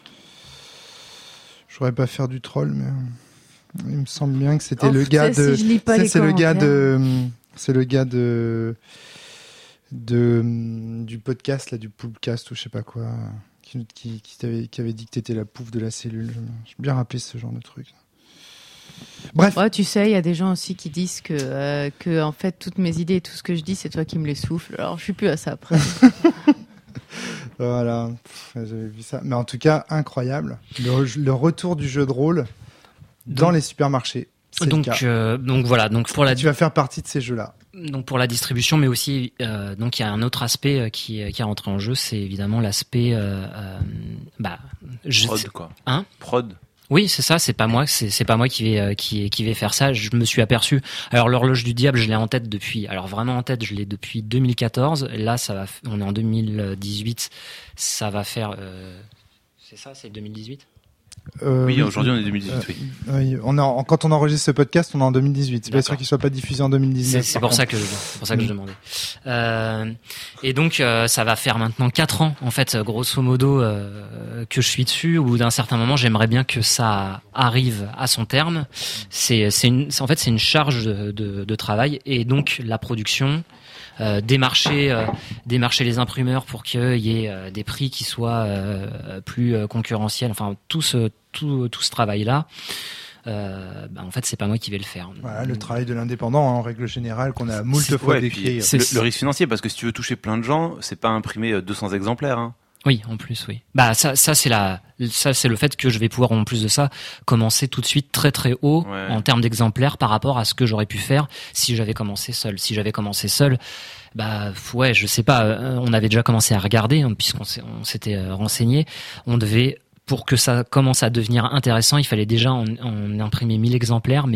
Je pourrais pas faire du troll, mais il me semble bien que c'était oh, le gars de. Si je lis pas c'est, les c'est le gars de. C'est le gars de. De du podcast là, du Poolcast ou je sais pas quoi, qui qui qui, t'avait, qui avait dit que t'étais la pouf de la cellule. J'ai bien rappelé ce genre de truc. Bref. Ouais, tu sais, il y a des gens aussi qui disent que euh, que en fait toutes mes idées et tout ce que je dis, c'est toi qui me les souffles. Alors je suis plus à ça après. Voilà, j'avais vu ça. Mais en tout cas, incroyable. Le, le retour du jeu de rôle dans donc, les supermarchés. C'est donc, le cas. Euh, donc voilà. Donc pour la. Tu vas faire partie de ces jeux-là. Donc pour la distribution, mais aussi euh, donc il y a un autre aspect qui qui est rentré en jeu, c'est évidemment l'aspect euh, euh, bah je, prod quoi. Hein Prod. Oui, c'est ça, c'est pas moi, c'est c'est pas moi qui vais qui qui vais faire ça. Je me suis aperçu. Alors l'Horloge du Diable, je l'ai en tête depuis. Alors vraiment en tête, je l'ai depuis deux mille quatorze. Là, ça va. On est en deux mille dix-huit. Ça va faire. Euh, c'est ça, c'est deux mille dix-huit. Euh, oui, aujourd'hui on est en deux mille dix-huit. Euh, oui. oui, on est en, quand on enregistre ce podcast, on est en deux mille dix-huit. C'est D'accord. pas sûr qu'il soit pas diffusé en deux mille dix-neuf. C'est, c'est pour ça que c'est pour ça que mmh. je demandais. Euh, et donc euh, ça va faire maintenant quatre ans en fait, grosso modo, euh, que je suis dessus. Au bout d'un certain moment, j'aimerais bien que ça arrive à son terme. C'est, c'est, une, c'est en fait c'est une charge de, de, de travail et donc la production. Euh, démarcher, euh, démarcher les imprimeurs pour qu'il y ait euh, des prix qui soient euh, plus euh, concurrentiels. Enfin, tout ce tout tout ce travail-là, euh, bah, en fait, c'est pas moi qui vais le faire. Voilà, le travail de l'indépendant, hein, en règle générale, qu'on a moult c'est, fois ouais, décrit. C'est le, le risque financier, parce que si tu veux toucher plein de gens, c'est pas imprimer deux cents exemplaires. Hein. Oui, en plus, oui. Bah ça, ça c'est la, ça c'est le fait que je vais pouvoir en plus de ça commencer tout de suite très très haut ouais. en termes d'exemplaires par rapport à ce que j'aurais pu faire si j'avais commencé seul. Si j'avais commencé seul, bah ouais, je sais pas. On avait déjà commencé à regarder hein, puisqu'on s'est, on s'était renseigné. On devait, pour que ça commence à devenir intéressant, il fallait déjà en, en imprimer mille exemplaires, mais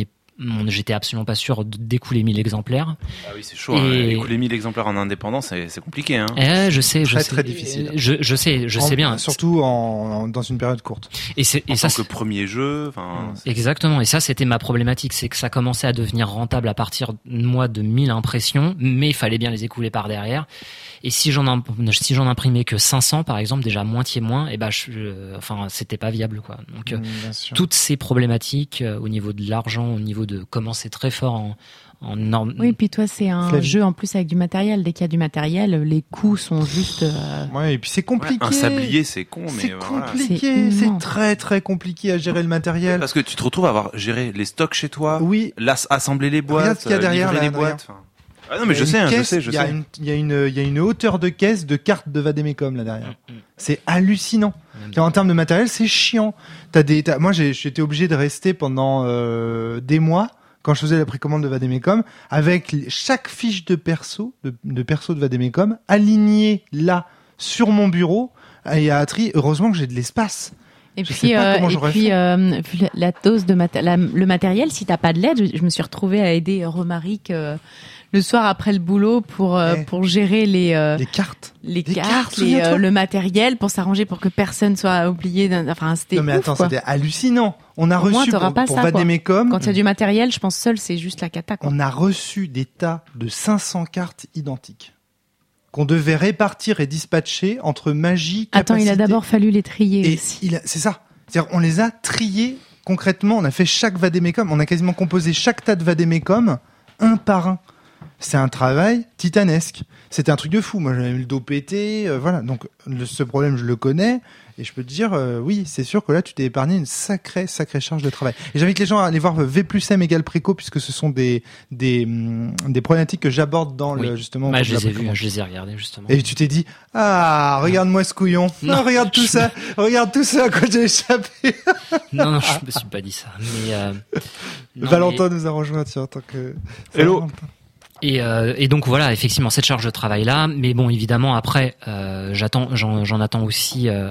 mon, j'étais absolument pas sûr d'écouler mille exemplaires. Ah oui, c'est chaud. Et... Hein. Écouler mille exemplaires en indépendant, c'est, c'est compliqué. Hein. Eh, je sais, très, je sais. Très difficile. Je, je sais, je en, sais bien. Surtout en, dans une période courte. Et, c'est, et en ça, tant que premier jeu. Enfin, exactement. Et ça, c'était ma problématique, c'est que ça commençait à devenir rentable à partir moi de mille impressions, mais il fallait bien les écouler par derrière. Et si j'en si j'en imprimais que cinq cents par exemple, déjà moitié moins, et ben je, je, enfin c'était pas viable quoi. Donc mmh, toutes ces problématiques euh, au niveau de l'argent, au niveau de comment c'est très fort en en norme. Oui, puis toi c'est un Flavie. jeu en plus avec du matériel. Dès qu'il y a du matériel, les coûts sont juste. Euh... Ouais, et puis c'est compliqué. Ouais, un sablier c'est con, mais c'est voilà. compliqué. C'est, c'est très très compliqué à gérer le matériel. Parce que tu te retrouves à avoir géré les stocks chez toi, oui, assembler les boîtes, regarde ce qu'il y a derrière, livrer là, les boîtes. Enfin... Ah non mais je sais, hein, je sais, je sais. Il y a une, il y a une, il y a une hauteur de caisse de cartes de Vademecum là derrière. Mmh, mmh. C'est hallucinant. Mmh. En termes de matériel, c'est chiant. T'as des, t'as, moi, j'ai, j'étais obligé de rester pendant euh, des mois quand je faisais la précommande de Vademecum avec les, chaque fiche de perso, de, de perso de Vademecum alignée là sur mon bureau et à tri. Heureusement que j'ai de l'espace. Et je puis, euh, et puis euh, la dose de mat- la, le matériel, si t'as pas de l'aide, je, je me suis retrouvée à aider Romaric euh, le soir après le boulot pour euh, hey. pour gérer les euh, les cartes, les, les cartes, cartes les, euh, le matériel pour s'arranger pour que personne soit oublié. D'un... Enfin, c'était. Non mais ouf, attends, quoi. c'était hallucinant. On a reçu moins, pour, pas pour ça, Vademecum. Quand il y a du matériel, je pense seul, c'est juste la cata. Quoi. On a reçu des tas de cinq cents cartes identiques qu'on devait répartir et dispatcher entre magie. Capacité, Attends, il a d'abord fallu les trier. Et aussi. il a, c'est ça. C'est-à-dire, on les a triés concrètement. On a fait chaque Vademecum. On a quasiment composé chaque tas de Vademecum un par un. C'est un travail titanesque. C'était un truc de fou. Moi, j'avais eu le dos pété. Euh, voilà. Donc, le, ce problème, je le connais. Et je peux te dire, euh, oui, c'est sûr que là, tu t'es épargné une sacrée, sacrée charge de travail. Et j'invite les gens à aller voir V plus M égale préco, puisque ce sont des, des, des problématiques que j'aborde dans oui. le, justement. Bah, je les ai vus, je les ai regardés, justement. Et tu t'es dit, ah, regarde-moi ce couillon. Non, non regarde tout ça. Regarde tout ça à quoi j'ai échappé. non, non, je me suis pas dit ça. Mais, euh, non, Valentin mais... nous a rejoint, tiens, en tant que. Hello. Valentin. Et, euh, et donc voilà, effectivement cette charge de travail là, mais bon évidemment après euh, j'attends, j'en, j'en attends aussi euh,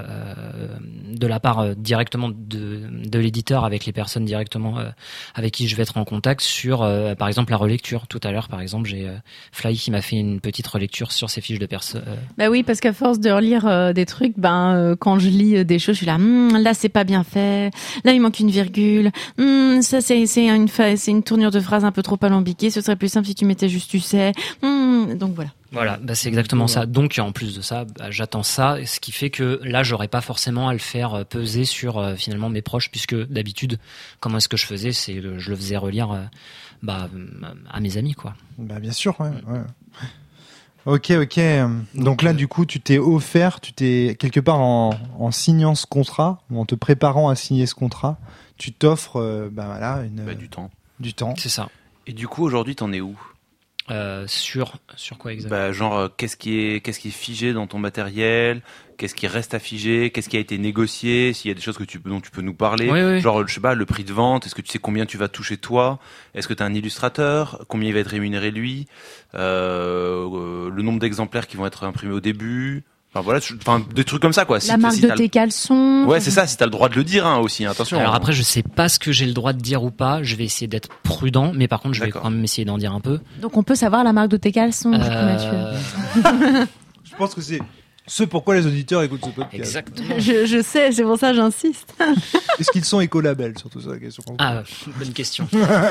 de la part euh, directement de, de l'éditeur avec les personnes directement euh, avec qui je vais être en contact sur euh, par exemple la relecture. Tout à l'heure par exemple j'ai euh, Fly qui m'a fait une petite relecture sur ses fiches de perso. Euh... Bah oui parce qu'à force de relire euh, des trucs, ben euh, quand je lis des choses je suis là, hm, là c'est pas bien fait, là il manque une virgule, hm, ça c'est c'est une fa- c'est une tournure de phrase un peu trop alambiquée, ce serait plus simple si tu mettais juste tu sais, mmh, donc voilà. Voilà, bah c'est exactement ça. Donc en plus de ça, bah, j'attends ça, ce qui fait que là j'aurais pas forcément à le faire peser sur euh, finalement mes proches, puisque d'habitude, comment est-ce que je faisais, c'est que je le faisais relire euh, bah, à mes amis quoi. Bah bien sûr, ouais. ouais. Ok, ok. Donc, Donc là, euh... du coup, tu t'es offert, tu t'es quelque part en, en signant ce contrat ou en te préparant à signer ce contrat, tu t'offres, euh, bah voilà, une, bah, du temps. Du temps. C'est ça. Et du coup, aujourd'hui, t'en es où? Euh, sur sur quoi exactement? Bah genre euh, qu'est-ce qui est qu'est-ce qui est figé dans ton matériel, qu'est-ce qui reste à figer, qu'est-ce qui a été négocié, s'il y a des choses que tu dont tu peux nous parler, oui, oui. genre je sais pas le prix de vente, est-ce que tu sais combien tu vas toucher toi, est-ce que tu as un illustrateur, combien il va être rémunéré lui, euh, euh, le nombre d'exemplaires qui vont être imprimés au début. Enfin voilà, enfin des trucs comme ça quoi. La si, marque si de tes caleçons. Ouais, c'est ça, si t'as le droit de le dire hein, aussi, attention. Alors hein. après, je sais pas ce que j'ai le droit de dire ou pas, je vais essayer d'être prudent, mais par contre, je D'accord. vais quand même essayer d'en dire un peu. Donc on peut savoir la marque de tes caleçons, euh... Je pense que c'est ce pourquoi les auditeurs écoutent ce podcast. Exactement. Je, je sais, c'est pour ça que j'insiste. Est-ce qu'ils sont écolabels, surtout ça la question. Ah, bonne question.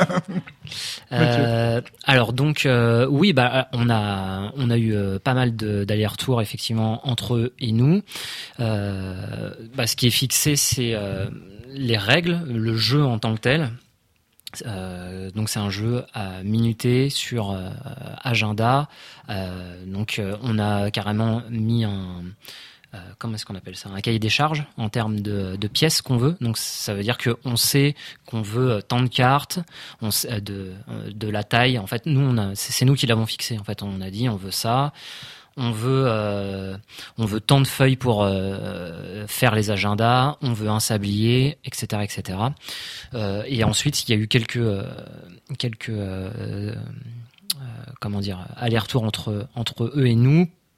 euh, alors donc euh, oui, bah on a on a eu euh, pas mal de, d'allers-retours effectivement entre eux et nous. Euh, bah, ce qui est fixé, c'est euh, les règles, le jeu en tant que tel. Euh, donc c'est un jeu à minuter sur euh, agenda. Euh, donc euh, on a carrément mis un euh, comment est-ce qu'on appelle ça, un cahier des charges en termes de, de pièces qu'on veut. Donc ça veut dire que on sait qu'on veut tant de cartes, on sait de de la taille. En fait, nous on a c'est, c'est nous qui l'avons fixé. En fait, on a dit on veut ça. On veut, euh, on veut tant de feuilles pour euh, faire les agendas. On veut un sablier, et cetera, et cetera. Euh, et ensuite, il y a eu quelques, euh, quelques, euh, euh, comment dire, allers-retours entre entre eux et nous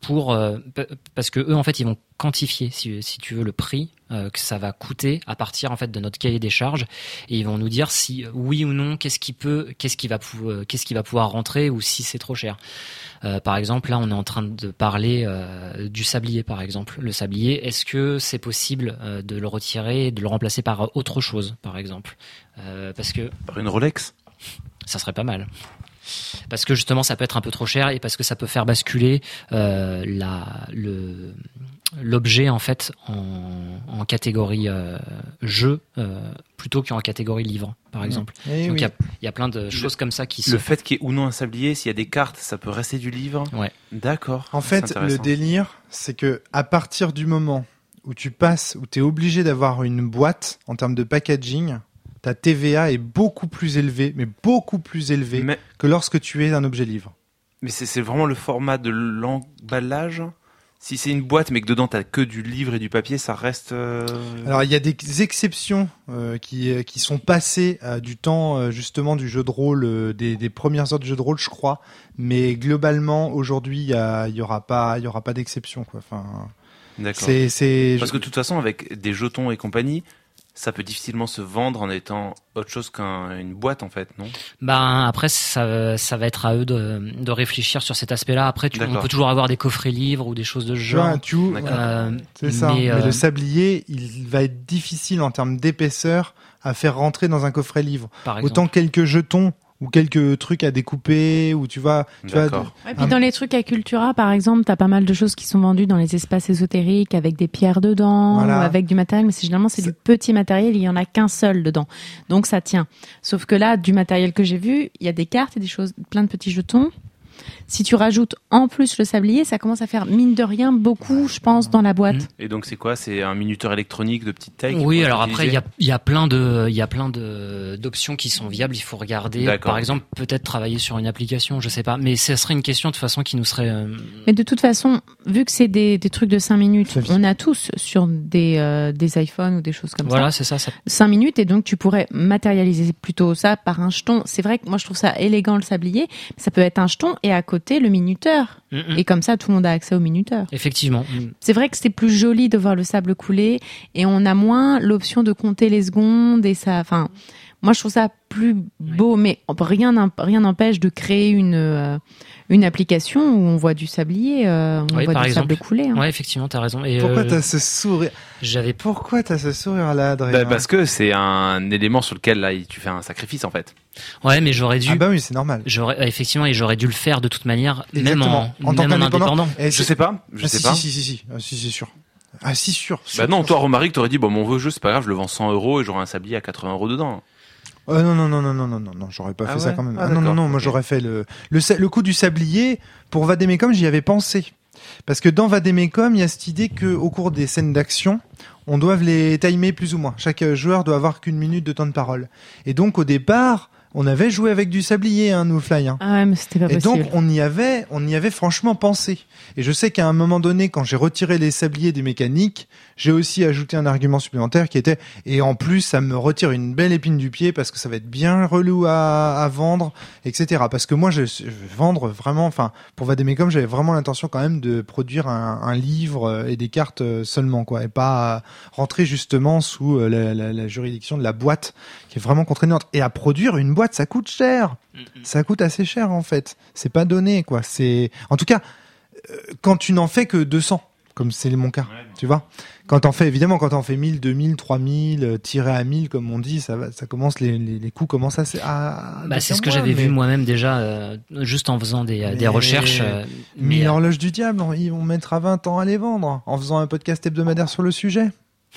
pour euh, parce que eux en fait ils vont quantifier si, si tu veux le prix euh, que ça va coûter à partir en fait de notre cahier des charges et ils vont nous dire si oui ou non qu'est-ce qui peut qu'est-ce qui va pou- qu'est-ce qui va pouvoir rentrer ou si c'est trop cher. Euh, par exemple là on est en train de parler euh, du sablier par exemple. Le sablier, est-ce que c'est possible euh, de le retirer et de le remplacer par autre chose par exemple euh, parce que par une Rolex, ça serait pas mal. Parce que justement ça peut être un peu trop cher et parce que ça peut faire basculer euh, la le l'objet en fait en, en catégorie euh, jeu euh, plutôt qu'en catégorie livre par exemple. Et Donc il oui. y a il y a plein de choses le, comme ça qui le se fait qu'il y ait ou non un sablier, s'il y a des cartes, ça peut rester du livre. Ouais. D'accord. En C'est fait, le intéressant. délire, c'est que à partir du moment où tu passes, où tu es obligé d'avoir une boîte en termes de packaging, ta T V A est beaucoup plus élevée, mais beaucoup plus élevée Mais, que lorsque tu es un objet livre. mais c'est, c'est vraiment le format de l'emballage. Si c'est une boîte, mais que dedans t'as que du livre et du papier, ça reste. Euh... Alors il y a des exceptions euh, qui qui sont passées euh, du temps euh, justement du jeu de rôle, euh, des, des premières heures de jeu de rôle, je crois. Mais globalement aujourd'hui il y a il y aura pas il y aura pas d'exception quoi. Enfin D'accord. c'est c'est Parce que de toute façon, avec des jetons et compagnie, ça peut difficilement se vendre en étant autre chose qu'une boîte en fait, non? Ben après ça ça va être à eux de de réfléchir sur cet aspect-là. Après tu, on D'accord. peut toujours avoir des coffrets livres ou des choses de ce tu genre. vois, tu D'accord. Euh, c'est ça. mais, Mais, euh, le sablier, il va être difficile en termes d'épaisseur à faire rentrer dans un coffret livre. par exemple. Autant quelques jetons ou quelques trucs à découper ou tu vois, tu vois D'accord. Ouais, puis Ah. dans les trucs à Cultura, par exemple, t'as pas mal de choses qui sont vendues dans les espaces ésotériques avec des pierres dedans, Voilà. ou avec du matériel, mais c'est généralement c'est C'est- du petit matériel, il y en a qu'un seul dedans. Donc ça tient. Sauf que là, du matériel que j'ai vu, il y a des cartes et des choses, plein de petits jetons. Si tu rajoutes en plus le sablier, ça commence à faire mine de rien beaucoup, je pense, dans la boîte. Mmh. Et donc c'est quoi? C'est un minuteur électronique de petite taille? qu'il Oui, faut alors après il y utiliser a il y a plein de il y a plein de d'options qui sont viables, il faut regarder. D'accord. Par exemple, peut-être travailler sur une application, je sais pas, mais ce serait une question de toute façon qui nous serait euh, Mais de toute façon, vu que c'est des, des trucs de cinq minutes, Ça vit. on a tous sur des, euh, des iPhones ou des choses comme voilà, ça. c'est ça, ça cinq minutes et donc tu pourrais matérialiser plutôt ça par un jeton. C'est vrai que moi je trouve ça élégant le sablier, mais ça peut être un jeton et à côté le minuteur. Mm-mm. Et comme ça tout le monde a accès au minuteur. Effectivement. C'est vrai que c'est plus joli de voir le sable couler et on a moins l'option de compter les secondes et ça, enfin, moi je trouve ça plus beau, mais rien n'im- rien n'empêche de créer une euh, une application où on voit du sablier, euh, on Oui, voit par du exemple. sable couler. Hein. Ouais, effectivement, t'as raison. Et pourquoi euh, t'as ce sourire j'avais Pourquoi t'as ce sourire là, Adrien? Bah, parce que c'est un élément sur lequel là tu fais un sacrifice en fait. ouais, mais j'aurais dû Ah bah oui, c'est normal. j'aurais euh, effectivement et j'aurais dû le faire de toute manière, même Exactement. en, En tant même en qu'indépendant. indépendant. Eh, Je c'est- sais pas, je Ah, sais si, pas. si, si, si, si, ah, si, c'est sûr. Ah, si, sûr. sûr, Bah non, sûr, toi sûr. Romaric, t'aurais dit bon mon vieux jeu c'est pas grave, je le vends cent euros et j'aurai un sablier à quatre-vingts euros dedans. Euh, non, non, non, non, non, non, non, non, j'aurais pas Ah fait ça ouais quand même. Ah, Ah, non, non, d'accord, non, moi ok. j'aurais fait le, le, sa- le coup du sablier pour Vademecum, j'y avais pensé. Parce que dans Vademecum, il y a cette idée que au cours des scènes d'action, on doit les timer plus ou moins. Chaque euh, joueur doit avoir qu'une minute de temps de parole. Et donc au départ, on avait joué avec du sablier, hein, nous, Fly. Hein. Ah ouais, mais c'était pas Et possible. donc on y avait, on y avait franchement pensé. Et je sais qu'à un moment donné, quand j'ai retiré les sabliers des mécaniques, j'ai aussi ajouté un argument supplémentaire qui était, et en plus ça me retire une belle épine du pied parce que ça va être bien relou à, à vendre, et cetera. Parce que moi je, je vais vendre vraiment, enfin pour Vademecum, j'avais vraiment l'intention quand même de produire un, un livre et des cartes seulement, quoi, et pas rentrer justement sous la, la, la juridiction de la boîte qui est vraiment contraignante. Et à produire une boîte, ça coûte cher. Ça coûte assez cher en fait. C'est pas donné quoi. C'est en tout cas euh, quand tu n'en fais que deux cents, comme c'est mon cas, Ouais. tu vois. Quand t'en fais évidemment quand t'en fais mille, deux mille, trois mille, euh, tiré à mille comme on dit, ça va, ça commence les les, les coûts commencent à, à Bah, c'est ce que devenir j'avais moins, vu mais- moi-même déjà, euh, juste en faisant des, Mais- des recherches. euh, mais, Mille euh, horloges du diable, on- ils vont mettre à vingt ans à les vendre en faisant un podcast hebdomadaire sur le sujet.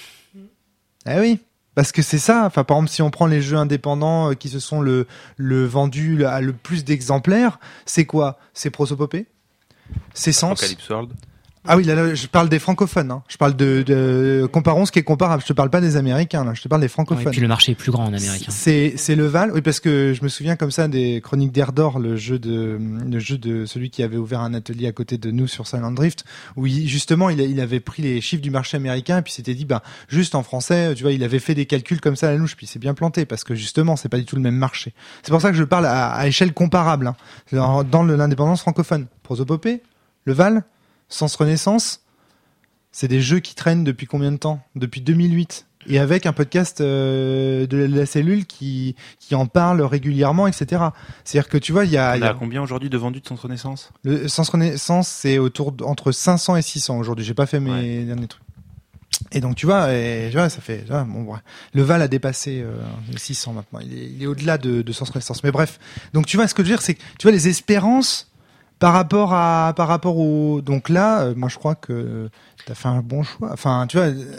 Eh oui. Parce que c'est ça, enfin par exemple si on prend les jeux indépendants euh, qui se sont le, le vendus à le plus d'exemplaires, c'est quoi? C'est Prosopopée, c'est Sens. Apocalypse World. Ah oui, là, là je parle des francophones, hein. Je parle de, de comparons ce qui est comparable, je te parle pas des américains là, je te parle des ouais, et francophones. puis le marché est plus grand en Amérique. hein. C'est c'est le Val, oui parce que je me souviens comme ça des Chroniques d'Erdor, le jeu de le jeu de celui qui avait ouvert un atelier à côté de nous sur Silent Drift, où il, justement il, a- il avait pris les chiffres du marché américain et puis s'était dit bah juste en français, tu vois, il avait fait des calculs comme ça à la louche, puis c'est bien planté parce que justement c'est pas du tout le même marché. C'est pour ça que je parle à, à échelle comparable, hein. dans, dans le- l'indépendance francophone. Prosopopée, le Val, Sens Renaissance, c'est des jeux qui traînent depuis combien de temps ? Depuis deux mille huit. Et avec un podcast euh, de la cellule qui qui en parle régulièrement, et cetera. C'est-à-dire que tu vois, il y a, On il y a a combien aujourd'hui de vendus de Sens Renaissance ? le Sens Renaissance, c'est autour d- entre cinq cents et six cents aujourd'hui. J'ai pas fait mes Ouais. derniers trucs. Et donc tu vois, et, tu vois, ça fait, tu vois, bon, bref. Le Val a dépassé euh, les six cents maintenant. Il est, il est au-delà de, de Sens Renaissance. Mais bref, donc tu vois, ce que je veux dire, c'est que tu vois les espérances par rapport à, par rapport au, donc là, euh, moi je crois que t'as fait un bon choix. Enfin, tu vois. Euh...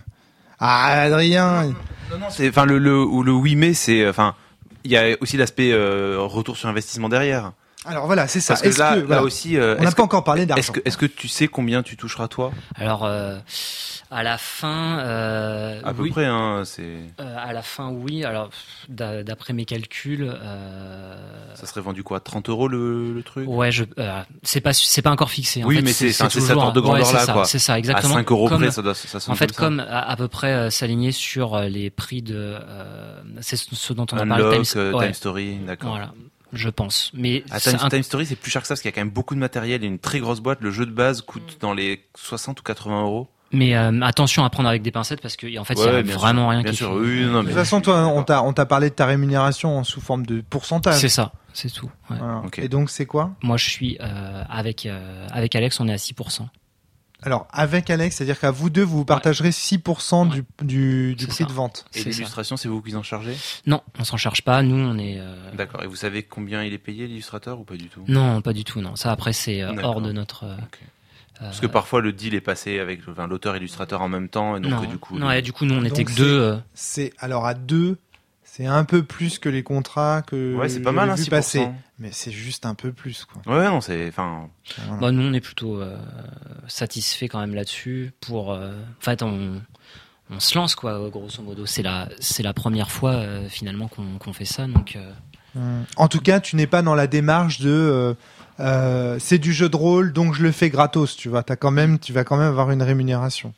Ah, Adrien. Non, non, c'est, enfin, le, le, ou le oui, mais c'est, enfin, il y a aussi l'aspect euh, retour sur investissement derrière. Alors voilà, c'est ça. Parce que Est-ce là, que, là voilà. aussi, euh, On n'a est-ce pas que- encore parlé d'argent. Est-ce que, est-ce que tu sais combien tu toucheras toi ? Alors, euh, à la fin, euh, À peu oui. près, hein, c'est, Euh, à la fin, oui. Alors, d'a- d'après mes calculs, euh, ça serait vendu quoi ? trente euros le, le truc ? ouais, je, euh, c'est pas, c'est pas encore fixé. En Oui, fait, mais c'est- c'est- c'est toujours- cet ordre de ouais, grandeur-là, c'est ça, quoi. C'est ça, À exactement. cinq euros Comme- près, ça doit, ça sonne En fait, comme, comme à, à peu près euh, s'aligner sur euh, les prix de, euh, c'est ce ce dont on ça. a parlé. Unlock, Time, euh, ouais, Time Story, d'accord. voilà, je pense. Mais Ah, c'est Time, un- Time Story, c'est plus cher que ça parce qu'il y a quand même beaucoup de matériel et une très grosse boîte. Le jeu de base coûte dans les soixante ou quatre-vingts euros. mais euh, attention à prendre avec des pincettes parce qu'en fait, il Ouais, y a bien vraiment sûr, rien bien qui sûr, fait- oui, non, De mais- toute façon, toi, on t'a, on t'a parlé de ta rémunération sous forme de pourcentage. C'est ça, c'est tout. Ouais. Voilà. Ok. Et donc, c'est quoi ? Moi, je suis euh, avec euh, avec Alex, on est à six pour cent. Alors, avec Alex, c'est-à-dire qu'à vous deux, vous partagerez six pour cent du, du, du C'est prix ça. de vente. Et C'est ça. l'illustration, c'est vous qui en chargez ? Non, on s'en charge pas. Nous, on est. euh, D'accord. Et vous savez combien il est payé, l'illustrateur, ou pas du tout ? Non, pas du tout. Non, ça après c'est euh, D'accord. hors de notre. euh, Ok. euh, Parce que parfois le deal est passé avec enfin, l'auteur et l'illustrateur en même temps, et donc non, euh, du coup. non, le- et du coup, nous, on Donc, était que c'est- deux. euh, C'est, alors, à deux, c'est un peu plus que les contrats que Ouais, c'est pas j'avais mal, hein, vu six pour cent. passer. Mais c'est juste un peu plus, quoi. Ouais, non, c'est, enfin, Voilà. Bah, nous, on est plutôt euh, satisfait quand même là-dessus. Pour, euh, en fait, on, on se lance quoi, grosso modo. C'est la, c'est la première fois euh, finalement qu'on, qu'on fait ça, donc. euh, Hum. En tout cas, tu n'es pas dans la démarche de euh, euh, c'est du jeu de rôle, donc je le fais gratos. Tu vois, t'as quand même, tu vas quand même avoir une rémunération.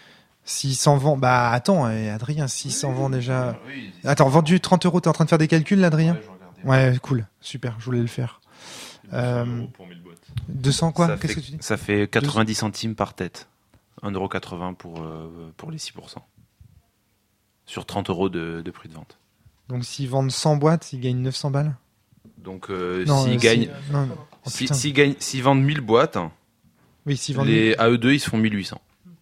S'il s'en vend, bah attends, et Adrien, s'il s'en vend déjà. Attends, vendu trente euros, t'es en train de faire des calculs, là, Adrien ? Ouais, cool, super, je voulais le faire. Euh, deux cents quoi ? ça Qu'est-ce fait, que tu dis ? ça fait quatre-vingt-dix centimes par tête. un euro quatre-vingts pour, euh, pour les six pour cent. Sur trente euros de, de prix de vente. Donc s'ils vendent cent boîtes, ils gagnent neuf cents balles ? Donc, euh, Non, s'ils euh, gagnent, si- non, non. Oh, si- putain. s'ils gagnent, s'ils vendent mille boîtes, Oui, s'ils vendent. les, à eux deux, ils se font mille huit cents.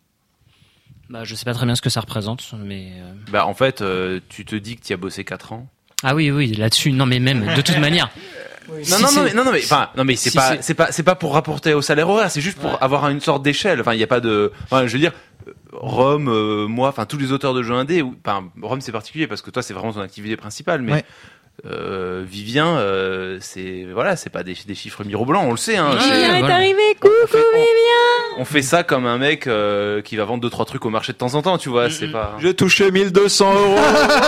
bah, je sais pas très bien ce que ça représente, mais. euh, Bah, en fait, euh, tu te dis que tu as bossé quatre ans. Ah oui, oui, là-dessus. Non, mais même de toute manière. Non, Si non, non, c'est- mais, non, non, mais, enfin, non, mais c'est Si pas, c'est- c'est pas, c'est pas pour rapporter au salaire horaire, c'est juste pour Ouais. avoir une sorte d'échelle. Enfin, il y a pas de, enfin, je veux dire, euh, Rome, euh, moi, enfin, tous les auteurs de jeux indés, ou- enfin, Rome c'est particulier parce que toi, c'est vraiment ton activité principale, mais, Ouais. euh, Vivien, euh, c'est, voilà, c'est pas des, des chiffres mirobolants, on le sait, hein. Ouais, c'est- Vivien est voilà. arrivé, on, coucou fait, on- Vivien. on fait ça comme un mec, euh, qui va vendre deux, trois trucs au marché de temps en temps, tu vois, c'est Mhm. pas, J'ai touché mille deux cents euros.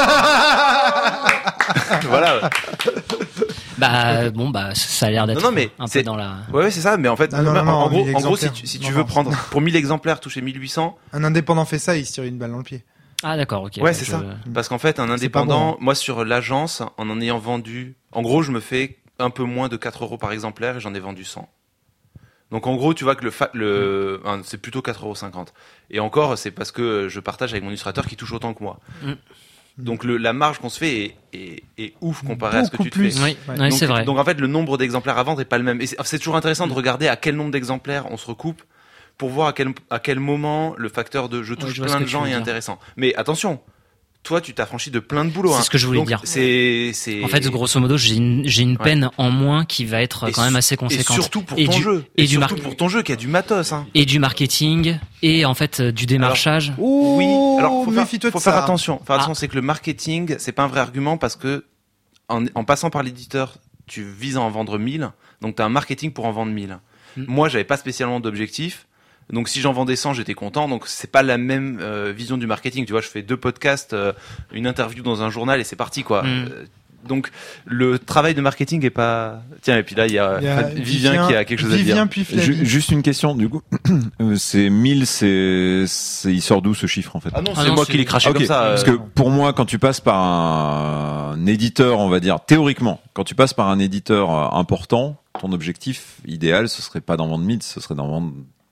voilà. Bah bon, bah ça a l'air d'être Non, non, mais un peu c'est- dans la. Ouais, ouais, c'est ça, mais en fait, Ah, non, en, non, non, en gros, mille en gros, si exemplaires. tu, si Non, tu veux non. prendre, pour mille exemplaires, toucher mille huit cents, Un indépendant fait ça, il se tire une balle dans le pied. Ah d'accord, ok. Ouais, bah, c'est je- ça. Parce qu'en fait, un C'est pas indépendant, bon. moi sur l'agence, en en ayant vendu, en gros, je me fais un peu moins de quatre euros par exemplaire et j'en ai vendu cent. Donc en gros, tu vois que le, fa- le hein, c'est plutôt quatre euros cinquante. Et encore, c'est parce que je partage avec mon illustrateur qui touche autant que moi. Mm. Donc le, la marge qu'on se fait est, est, est ouf comparé à ce que Beaucoup tu te fais. plus. Oui, Ouais. ouais, donc, c'est vrai. donc en fait, le nombre d'exemplaires à vendre est pas le même. Et c'est, c'est toujours intéressant de regarder à quel nombre d'exemplaires on se recoupe pour voir à quel, à quel moment le facteur de je touche je vois ce plein que de tu gens veux est dire. intéressant. Mais attention, toi, tu t'as franchi de plein de boulot. C'est hein. ce que je voulais Donc, dire. C'est, c'est... En fait, grosso modo, j'ai une, j'ai une Ouais. peine en moins qui va être Et quand même su- assez Et conséquente. surtout pour Et ton du- jeu. et Et, du surtout mar- pour ton jeu qui a du matos. Hein. Et du marketing, et en fait euh, du démarchage. Oui, alors faut, méfie-toi faire, faut de faire ça. attention. Faire attention, Ah. c'est que le marketing, c'est pas un vrai argument parce que en, en passant par l'éditeur, tu vises à en vendre mille, donc tu as un marketing pour en vendre mille. Mm. Moi, j'avais pas spécialement d'objectif. Donc si j'en vendais cent, j'étais content. Donc c'est pas la même euh, vision du marketing. Tu vois, je fais deux podcasts, euh, une interview dans un journal et c'est parti quoi. Mm. Euh, donc le travail de marketing est pas. Tiens, et puis là il y a, Il y a Vivien, qui a quelque chose Vivien à dire. puis Ju- Flavie. Juste une question, du coup. Euh, c'est mille, c'est, c'est, il sort d'où ce chiffre, en fait? Ah non, Ah c'est non, moi c'est- qui l'ai craché Ok, comme ça. Parce euh. que pour moi, quand tu passes par un, un éditeur, on va dire, théoriquement, quand tu passes par un éditeur euh, important, ton objectif idéal, ce serait pas d'en vendre mille, ce serait d'en vendre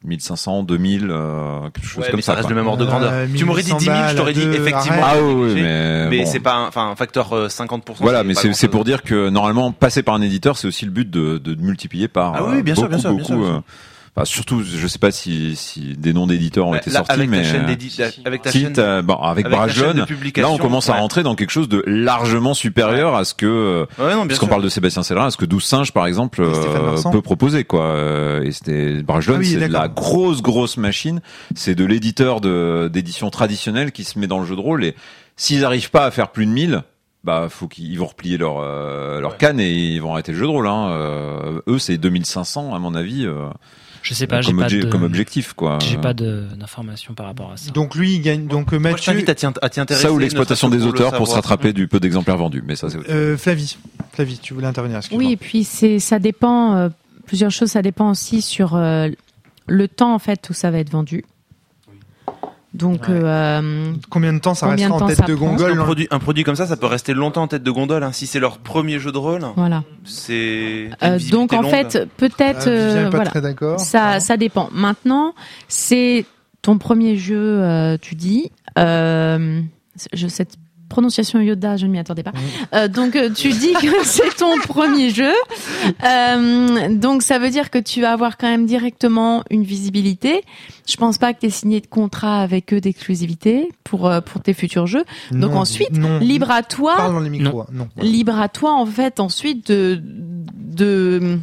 mille cinq cents, deux mille, euh, quelque chose ouais, comme mais ça. Ça reste quoi. le même ordre de grandeur. Euh, tu m'aurais dit dix mille, je t'aurais dit effectivement. Ah oui, oui, mais, mais bon. c'est pas, enfin, un, un facteur euh, cinquante pour cent. Voilà, mais c'est, c'est pour dire que normalement, passer par un éditeur, c'est aussi le but de, de multiplier par ah oui, bien beaucoup, sûr, bien sûr, beaucoup. Bien sûr, bien sûr. Euh, Enfin, surtout, je sais pas si, si des noms d'éditeurs ont Là, été là, sortis, avec mais ta chaîne d'édi- avec ta si, chaîne, bon, avec, avec Brajlon, là, on commence ouais. à rentrer dans quelque chose de largement supérieur ouais. à ce que, ouais, non, puisqu'on parle de Sébastien Cellerin, à ce que douze Singes, par exemple, euh, peut proposer, quoi. Et c'était Brajlon, ah oui, c'est d'accord. de la grosse, grosse machine. C'est de l'éditeur de d'édition traditionnelle qui se met dans le jeu de rôle. Et s'ils n'arrivent pas à faire plus de mille, bah, faut qu'ils ils vont replier leur euh, leur ouais. canne et ils vont arrêter le jeu de rôle. Hein. Euh, eux, c'est deux mille cinq cents, à mon avis. Euh, Je sais pas, comme, j'ai obje- pas de, comme objectif, quoi. J'ai pas de, d'informations par rapport à ça. Donc lui, il gagne. Donc Mathieu. Moi, je t'invite à t'y, à t'y intéresser. Ça ou l'exploitation des auteurs pour se rattraper du peu d'exemplaires vendus. Mais ça, c'est autre chose. Euh, Flavie, Flavie, tu voulais intervenir. Oui, et puis c'est, ça dépend. Euh, plusieurs choses, ça dépend aussi sur euh, le temps en fait où ça va être vendu. Donc, ouais. euh, combien de temps ça restera en tête de gondole? un produit, un produit comme ça, ça peut rester longtemps en tête de gondole. Hein. Si c'est leur premier jeu de rôle, voilà. c'est. Euh, donc en longue. fait, peut-être, euh, voilà, très d'accord. ça, ça dépend. Maintenant, c'est ton premier jeu, euh, tu dis. Euh, je cette prononciation Yoda, je ne m'y attendais pas. Euh, donc tu dis que c'est ton premier jeu. Euh, donc ça veut dire que tu vas avoir quand même directement une visibilité. Je pense pas que tu aies signé de contrat avec eux d'exclusivité pour pour tes futurs jeux. Donc non, ensuite, non. libre à toi. Parle dans les micros. Non. non. Libre à toi en fait ensuite de de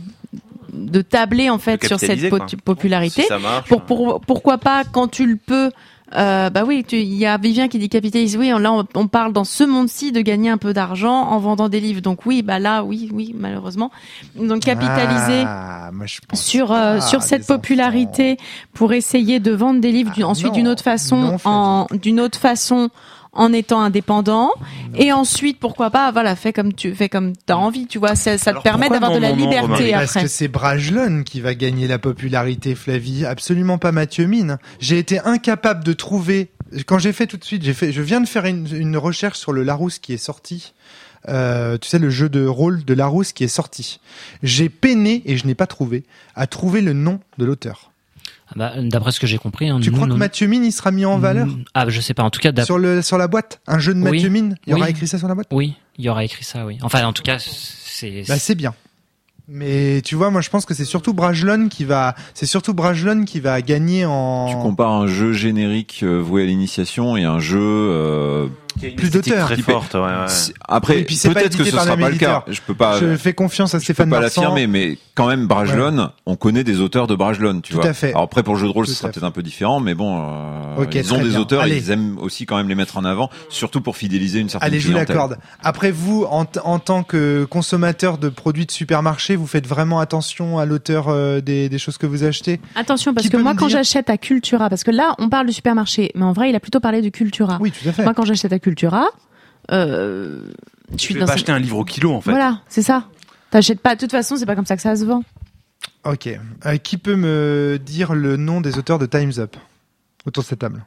de tabler en fait sur cette po- popularité. Si ça marche, pour, pour pourquoi pas quand tu le peux. Euh, bah oui, il y a Vivien qui dit capitalise. Oui, là on, on parle dans ce monde-ci de gagner un peu d'argent en vendant des livres. Donc oui, bah là, oui, oui, malheureusement. Donc capitaliser ah, moi je pense sur euh, sur cette popularité enfants. Pour essayer de vendre des livres ah, ensuite non, d'une autre façon, non, en d'une autre façon. En étant indépendant non. Et ensuite pourquoi pas voilà fais comme tu fais comme t'as envie tu vois ça, ça Alors te permet d'avoir non, de la non, liberté non, après parce que c'est Brajlon qui va gagner la popularité Flavie absolument pas Mathieu Mine. J'ai été incapable de trouver quand j'ai fait tout de suite j'ai fait je viens de faire une, une recherche sur le Larousse qui est sorti euh, tu sais le jeu de rôle de Larousse qui est sorti j'ai peiné et je n'ai pas trouvé à trouver le nom de l'auteur. Bah, d'après ce que j'ai compris, hein, tu nous, crois nous, que Mathieu Mine il sera mis en valeur? Ah, je sais pas. En tout cas, sur le sur la boîte, un jeu de Mathieu oui, Mine, il y aura oui. écrit ça sur la boîte. Oui, il y aura écrit ça. Oui. Enfin, en tout cas, c'est. Bah c'est bien. Mais tu vois, moi je pense que c'est surtout Brajlon qui va, c'est surtout Brajlon qui va gagner en. Tu compares un jeu générique euh, voué à l'initiation et un jeu euh, plus d'auteur très forte. Ouais, ouais. Après, oui, peut-être que ce sera pas le cas. Je peux pas. Je fais confiance à Stéphane Marsan. Je peux pas l'affirmer, mais quand même Brajlon, ouais. on connaît des auteurs de Brajlon, tu Tout vois. À fait. Alors après pour le jeu de rôle, Tout ce sera peut-être un peu différent, mais bon, euh, okay, ils ont des bien. auteurs, Allez. et ils aiment aussi quand même les mettre en avant, surtout pour fidéliser une certaine Allez, clientèle. Allez, je vous l'accorde. Après vous, en, t- en tant que consommateur de produits de supermarché, vous faites vraiment attention à l'auteur euh, des, des choses que vous achetez. Attention, parce Qui que moi, quand dire... j'achète à Cultura, parce que là, on parle de supermarché, mais en vrai, il a plutôt parlé de Cultura. Oui, tout à fait. Moi, quand j'achète à Cultura, euh, je suis tu dans vas pas cette... acheter un livre au kilo, en fait. Voilà, c'est ça. T'achètes pas. De toute façon, c'est pas comme ça que ça se vend. Ok. Euh, qui peut me dire le nom des auteurs de Time's Up autour de cette table?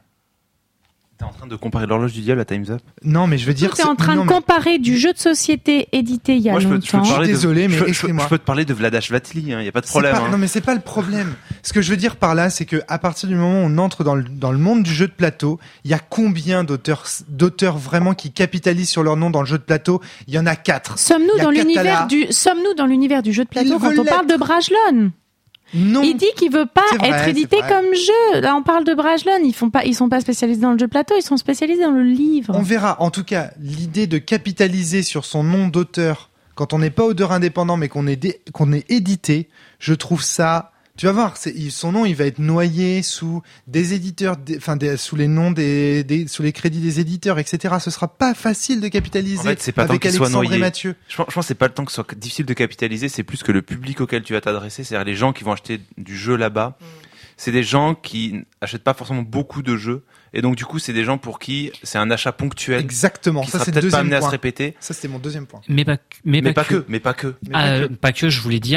T'es en train de comparer l'horloge du diable à Time's Up? Non, mais je veux dire. T'es en train non, de comparer mais... du jeu de société édité il y a Moi, je peux, longtemps. Je peux te Désolé, de, mais je, excusez-moi. Je peux te parler de Vladash Vatli, il hein, y a pas de problème. Pas, hein. Non, mais c'est pas le problème. Ce que je veux dire par là, c'est que à partir du moment où on entre dans le dans le monde du jeu de plateau, il y a combien d'auteurs d'auteurs vraiment qui capitalisent sur leur nom dans le jeu de plateau? Il y en a quatre. Sommes-nous dans l'univers du sommes-nous dans l'univers du jeu de plateau quand on parle de Brajlon? Non. Il dit qu'il veut pas vrai, être édité comme jeu. Là, on parle de Brajlon. Ils font pas, ils sont pas spécialisés dans le jeu de plateau. Ils sont spécialisés dans le livre. On verra. En tout cas, l'idée de capitaliser sur son nom d'auteur quand on n'est pas auteur indépendant, mais qu'on est dé- qu'on est édité, je trouve ça. Tu vas voir, c'est, son nom, il va être noyé sous des éditeurs, enfin sous les noms des, des, sous les crédits des éditeurs, et cetera. Ce sera pas facile de capitaliser. En fait, c'est pas avec tant qu'il soit noyé. Et Mathieu. Je pense, je pense que c'est pas le temps que ce soit difficile de capitaliser, c'est plus que le public auquel tu vas t'adresser, c'est-à-dire les gens qui vont acheter du jeu là-bas. Mm. C'est des gens qui achètent pas forcément beaucoup de jeux. Et donc, du coup, c'est des gens pour qui c'est un achat ponctuel. Exactement. Qui ça, sera c'est peut-être le pas deuxième amené point. à se répéter. Ça, c'était mon deuxième point. Mais pas, mais, mais pas, pas que. que. Mais pas que. Mais ah, pas, que. que. pas que, je voulais dire,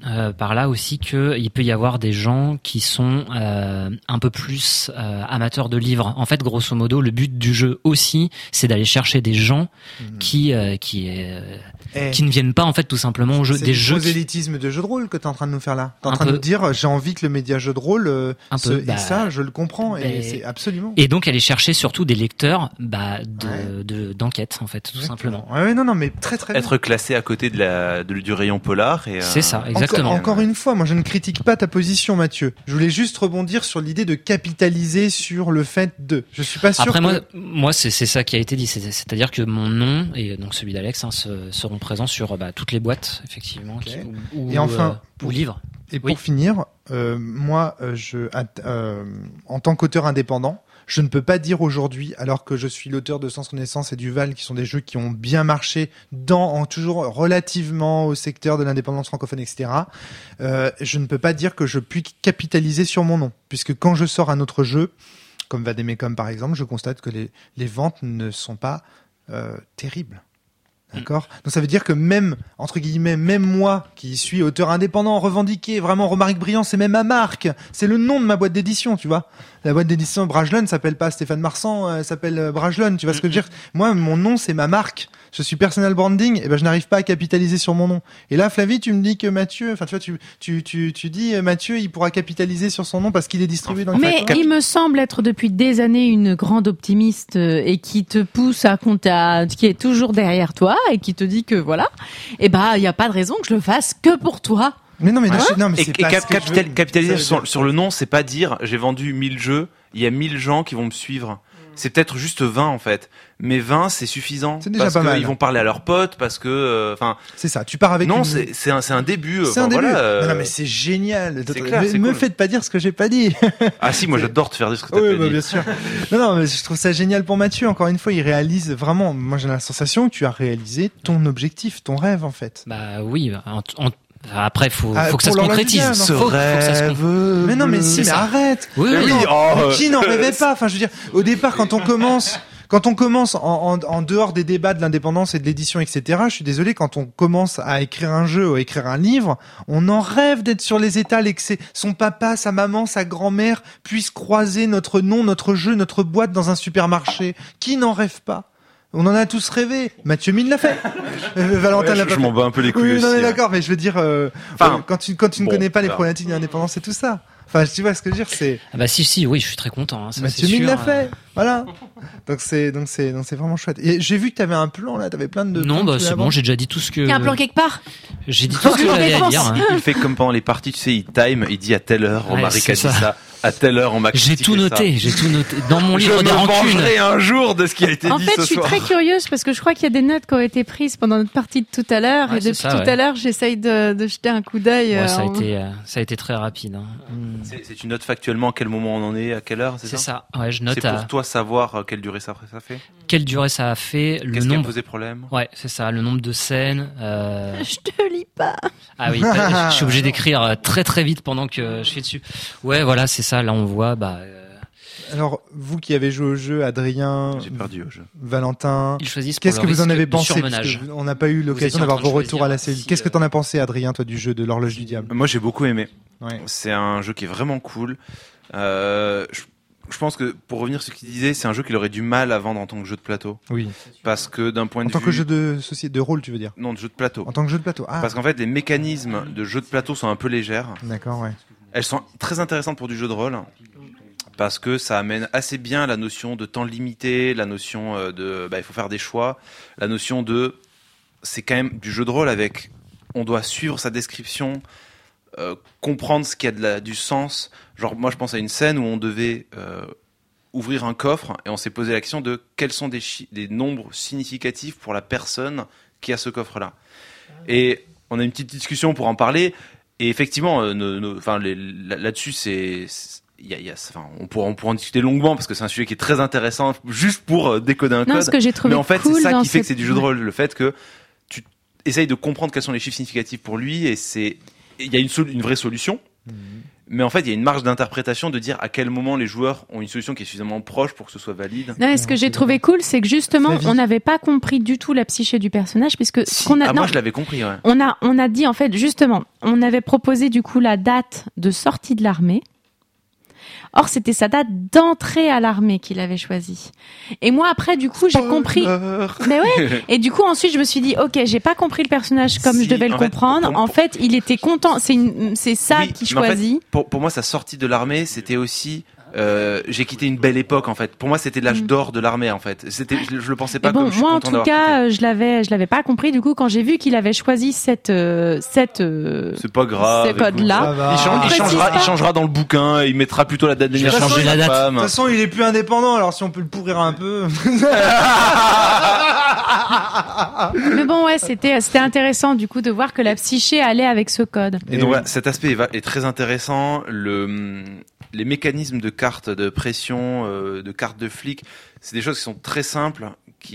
euh, par là aussi que il peut y avoir des gens qui sont euh, un peu plus euh, amateurs de livres. En fait, grosso modo, le but du jeu aussi, c'est d'aller chercher des gens mmh. qui euh, qui euh, eh. qui ne viennent pas en fait tout simplement au jeu c'est des jeux. C'est prosélytisme de jeu de rôle que t'es en train de nous faire là. T'es en train peu. de nous dire j'ai envie que le média jeu de rôle euh, se, peu, bah, et ça je le comprends bah, et c'est absolument. Et donc aller chercher surtout des lecteurs bah de, ouais. de d'enquête en fait tout Exactement. simplement. Ouais, ouais non non mais très très être bien. classé à côté de la de, du rayon polar et euh... c'est ça exactement. Encore, encore une fois, moi je ne critique pas ta position Mathieu. Je voulais juste rebondir sur l'idée de capitaliser sur le fait de. Je suis pas sûr. Après que... moi moi c'est c'est ça qui a été dit, c'est, c'est-à-dire que mon nom et donc celui d'Alex hein, se, seront présents sur bah, toutes les boîtes effectivement okay. qui, ou, et enfin euh, pour, ou livres. Et pour oui. finir, euh, moi euh, je euh, en tant qu'auteur indépendant, je ne peux pas dire aujourd'hui, alors que je suis l'auteur de Sens Renaissance et du Val, qui sont des jeux qui ont bien marché dans, en, toujours relativement au secteur de l'indépendance francophone, et cetera. Euh, je ne peux pas dire que je puis capitaliser sur mon nom, puisque quand je sors un autre jeu, comme Vademecum par exemple, je constate que les, les ventes ne sont pas euh, terribles. D'accord. Donc ça veut dire que même, entre guillemets, même moi, qui suis auteur indépendant, revendiqué, vraiment Romaric Briand, c'est même ma marque. C'est le nom de ma boîte d'édition, tu vois. La boîte d'édition Brajlon s'appelle pas Stéphane Marsan, elle s'appelle Brajlon, tu vois ce que je veux dire. Moi, mon nom, c'est ma marque. Je suis personal branding, et ben je n'arrive pas à capitaliser sur mon nom. Et là, Flavie, tu me dis que Mathieu, enfin tu vois, tu tu tu tu dis Mathieu, il pourra capitaliser sur son nom parce qu'il est distribué dans le Mais facteur. il me semble être depuis des années une grande optimiste et qui te pousse à compter, à, qui est toujours derrière toi et qui te dit que voilà, et bah il y a pas de raison que je le fasse que pour toi. Mais non, mais, non, hein je, non, mais et, c'est et pas cap- ce que capital, je veux... capitaliser sur, sur le nom, c'est pas dire j'ai vendu mille jeux, il y a mille gens qui vont me suivre. C'est peut-être juste vingt en fait, mais vingt c'est suffisant c'est déjà parce pas mal. Ils vont parler à leurs potes parce que enfin euh, c'est ça. Tu pars avec non une... c'est c'est un c'est un début. C'est un enfin, début. Voilà, euh... non, non mais c'est génial. C'est clair, me c'est me cool. faites pas dire ce que j'ai pas dit. Ah si moi j'adore te faire dire ce que t'as oui, pas bah, dit. Bien sûr. Non non mais je trouve ça génial pour Mathieu. Encore une fois il réalise vraiment. Moi j'ai la sensation que tu as réalisé ton objectif, ton rêve en fait. Bah oui. En, en... Après, faut, ah, faut que ça se concrétise. Ce faut, rêve faut que ça se concrétise. Mais non, mais si, mais ça. arrête. Oui, oui. oui oh, mais qui n'en rêvait pas? Enfin, je veux dire, au départ, quand on commence, quand on commence en, en, en dehors des débats de l'indépendance et de l'édition, et cetera. Je suis désolé, quand on commence à écrire un jeu ou à écrire un livre, on en rêve d'être sur les étals et que c'est son papa, sa maman, sa grand-mère puissent croiser notre nom, notre jeu, notre boîte dans un supermarché. Qui n'en rêve pas? On en a tous rêvé. Mathieu Mine l'a fait. Euh, Valentin ouais, l'a pas je, fait. Je m'en bats un peu les couilles oui, aussi. Non, mais hein. d'accord, mais je veux dire, euh, enfin, euh, quand tu quand tu ne bon, connais pas les alors. problématiques de l'indépendance et tout ça. Enfin, tu vois ce que je veux dire, c'est. Ah bah si si, oui, je suis très content. Hein, ça, Mathieu c'est Mine sûr, l'a fait. euh... Voilà. Donc c'est donc c'est donc c'est vraiment chouette. Et j'ai vu que t'avais un plan là, t'avais plein de. Non, bah c'est bon, j'ai déjà dit tout ce que. Il y a un plan quelque part. J'ai dit tout ce que j'avais à dire. Hein. Il fait comme pendant les parties, tu sais, il time, il dit à telle heure, ouais, Romaric a dit ça. ça. À telle heure, on m'a J'ai tout noté, ça. j'ai tout noté. Dans mon livre je des rancunes. Je me vengerai un jour de ce qui a été en dit fait, ce je suis soir. très curieuse parce que je crois qu'il y a des notes qui ont été prises pendant notre partie de tout à l'heure ouais, et depuis ça, tout ouais. à l'heure, j'essaye de, de jeter un coup d'œil. Ouais, euh, ça a en... été, euh, ça a été très rapide. Hein. C'est, c'est une note factuellement à quel moment on en est, à quelle heure, c'est, c'est ça? ça. Ouais, je note. C'est pour à... toi savoir quelle durée ça, ça fait. Quelle durée ça a fait, le Qu'est-ce nombre. qui a posé problème? Ouais, c'est ça, le nombre de scènes. Euh... Je te lis pas. Ah oui, je suis obligé d'écrire très très vite pendant que je fais dessus. Ouais, voilà, c'est ça. Là, on voit, bah. Euh... Alors, vous qui avez joué au jeu, Adrien, j'ai perdu au jeu. Valentin, ils choisissent qu'est-ce que vous en avez pensé? Surmenage. On n'a pas eu l'occasion d'avoir vos retours à la cellule. Qu'est-ce que t'en as pensé, Adrien, toi, du jeu de l'horloge du diable? Moi, j'ai beaucoup aimé. Ouais. C'est un jeu qui est vraiment cool. Euh, je, je pense que pour revenir sur ce qu'il disait, c'est un jeu qu'il aurait du mal à vendre en tant que jeu de plateau. Oui. Parce que d'un point de vue. En tant vue... que jeu de société, de rôle, tu veux dire? Non, de jeu de plateau. En tant que jeu de plateau. Ah. Parce qu'en fait, les mécanismes de jeu de plateau sont un peu légères. D'accord, ouais. Elles sont très intéressantes pour du jeu de rôle. Parce que ça amène assez bien la notion de temps limité, la notion de, bah, il faut faire des choix, la notion de, c'est quand même du jeu de rôle avec, on doit suivre sa description, euh, comprendre ce qui a de la, du sens. Genre, moi, je pense à une scène où on devait euh, ouvrir un coffre et on s'est posé la question de quels sont des, chi- des nombres significatifs pour la personne qui a ce coffre-là. Et on a une petite discussion pour en parler. Et effectivement, euh, nos, nos, enfin, les, là, là-dessus, c'est, c'est Il y a, il y a, enfin, on pourra, on pourra en discuter longuement parce que c'est un sujet qui est très intéressant juste pour euh, décoder un non, code. Ce que j'ai trouvé mais en fait, cool c'est ça qui ce... fait que c'est du jeu de rôle. Le fait que tu essayes de comprendre quels sont les chiffres significatifs pour lui et c'est, il y a une, sol- une vraie solution. Mmh. Mais en fait, il y a une marge d'interprétation de dire à quel moment les joueurs ont une solution qui est suffisamment proche pour que ce soit valide. Non, et ce que j'ai trouvé cool, c'est que justement, on n'avait pas compris du tout la psyché du personnage, puisque si. qu'on a, ah, non, moi je l'avais compris. Ouais. On a, on a dit en fait, justement, on avait proposé du coup la date de sortie de l'armée. Or, c'était sa date d'entrée à l'armée qu'il avait choisie. Et moi, après, du coup, j'ai compris. Mais ouais. Et du coup, ensuite, je me suis dit, ok, j'ai pas compris le personnage comme si, je devais le comprendre. Fait, pour, en pour, fait, il était content. C'est une, c'est ça oui, qu'il choisit. En fait, pour, pour moi, sa sortie de l'armée, c'était aussi. Euh, j'ai quitté une belle époque en fait. Pour moi, c'était l'âge mmh. d'or de l'armée en fait. C'était, je, je le pensais pas. Bon, comme je suis moi, en tout cas, quitté. je l'avais, je l'avais pas compris. Du coup, quand j'ai vu qu'il avait choisi cette, euh, cette, euh, c'est pas grave. Ces codes-là. Il, change, il changera, il changera dans le bouquin. Il mettra plutôt la date de naissance. changer la date. De toute façon, il est plus indépendant. Alors, si on peut le pourrir un peu. Mais bon, ouais, c'était, c'était intéressant du coup de voir que la psyché allait avec ce code. Et donc, voilà, cet aspect est, est très intéressant. Le les mécanismes de cartes de pression, euh, de cartes de flics, c'est des choses qui sont très simples,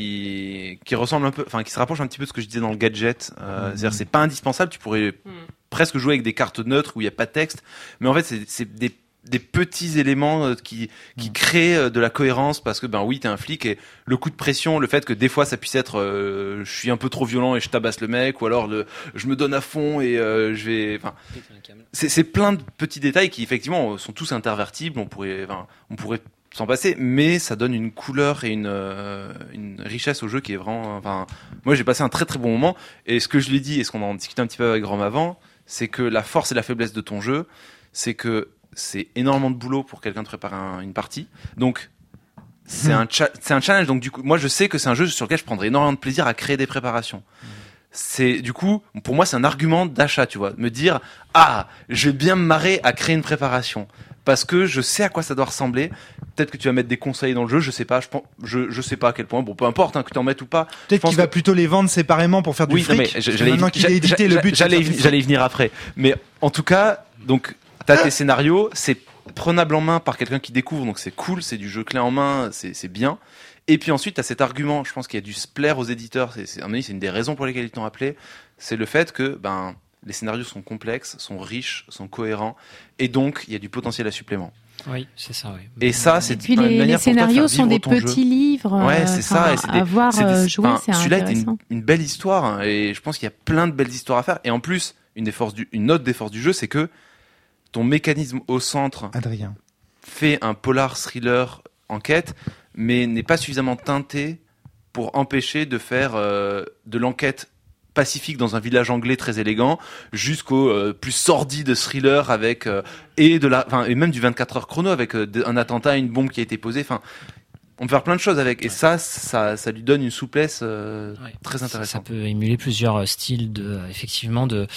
qui qui ressemblent un peu, enfin qui se rapprochent un petit peu de ce que je disais dans le gadget. Euh, mmh. C'est-à-dire c'est pas indispensable, tu pourrais mmh. presque jouer avec des cartes neutres où il y a pas de texte, mais en fait c'est c'est des des petits éléments qui qui mmh. créent de la cohérence parce que ben oui t'es un flic et le coup de pression, le fait que des fois ça puisse être euh, je suis un peu trop violent et je tabasse le mec, ou alors le je me donne à fond et euh, je vais enfin c'est c'est plein de petits détails qui effectivement sont tous intervertibles, on pourrait enfin on pourrait s'en passer, mais ça donne une couleur et une euh, une richesse au jeu qui est vraiment enfin moi j'ai passé un très très bon moment. Et ce que je l'ai dit et ce qu'on en discutait un petit peu avec Rome avant, c'est que la force et la faiblesse de ton jeu, c'est que c'est énormément de boulot pour quelqu'un de préparer un, une partie. Donc, c'est, mmh. un cha- c'est un challenge. Donc, du coup, moi, je sais que c'est un jeu sur lequel je prendrais énormément de plaisir à créer des préparations. Mmh. C'est, du coup, pour moi, c'est un argument d'achat, tu vois. Me dire, ah, je vais bien me marrer à créer une préparation. Parce que je sais à quoi ça doit ressembler. Peut-être que tu vas mettre des conseils dans le jeu, je sais pas, je, je, je sais pas à quel point. Bon, peu importe, hein, que tu en mettes ou pas. Peut-être qu'il que... va plutôt les vendre séparément pour faire du oui, fric. Non, mais j'allais, maintenant qu'il a édité le but. J'allais, j'allais y venir après. Mais en tout cas, donc, t'as tes scénarios, c'est prenable en main par quelqu'un qui découvre, donc c'est cool, c'est du jeu clé en main, c'est, c'est bien. Et puis ensuite, t'as cet argument, je pense qu'il y a dû se plaire aux éditeurs, c'est, c'est, à mon avis, c'est une des raisons pour lesquelles ils t'ont appelé, c'est le fait que ben, les scénarios sont complexes, sont riches, sont cohérents, et donc il y a du potentiel à supplément. Oui, c'est ça, oui. Et ça, c'est et puis les, les scénarios sont des petits jeu. livres. Ouais, c'est ça. Et c'est des, à voir c'est des, jouer, enfin, c'est celui-là intéressant. était une, une belle histoire, hein, et je pense qu'il y a plein de belles histoires à faire. Et en plus, une des forces du, une autre des forces du jeu, c'est que ton mécanisme au centre Adrien. fait un polar thriller enquête, mais n'est pas suffisamment teinté pour empêcher de faire euh, de l'enquête pacifique dans un village anglais très élégant jusqu'au euh, plus sordide thriller avec euh, et de la, enfin et même du vingt-quatre heures chrono avec euh, un attentat, une bombe qui a été posée. Enfin, on peut faire plein de choses avec, et ça, ça, ça lui donne une souplesse euh, ouais. très intéressante. Ça, ça peut émuler plusieurs styles de, effectivement, de,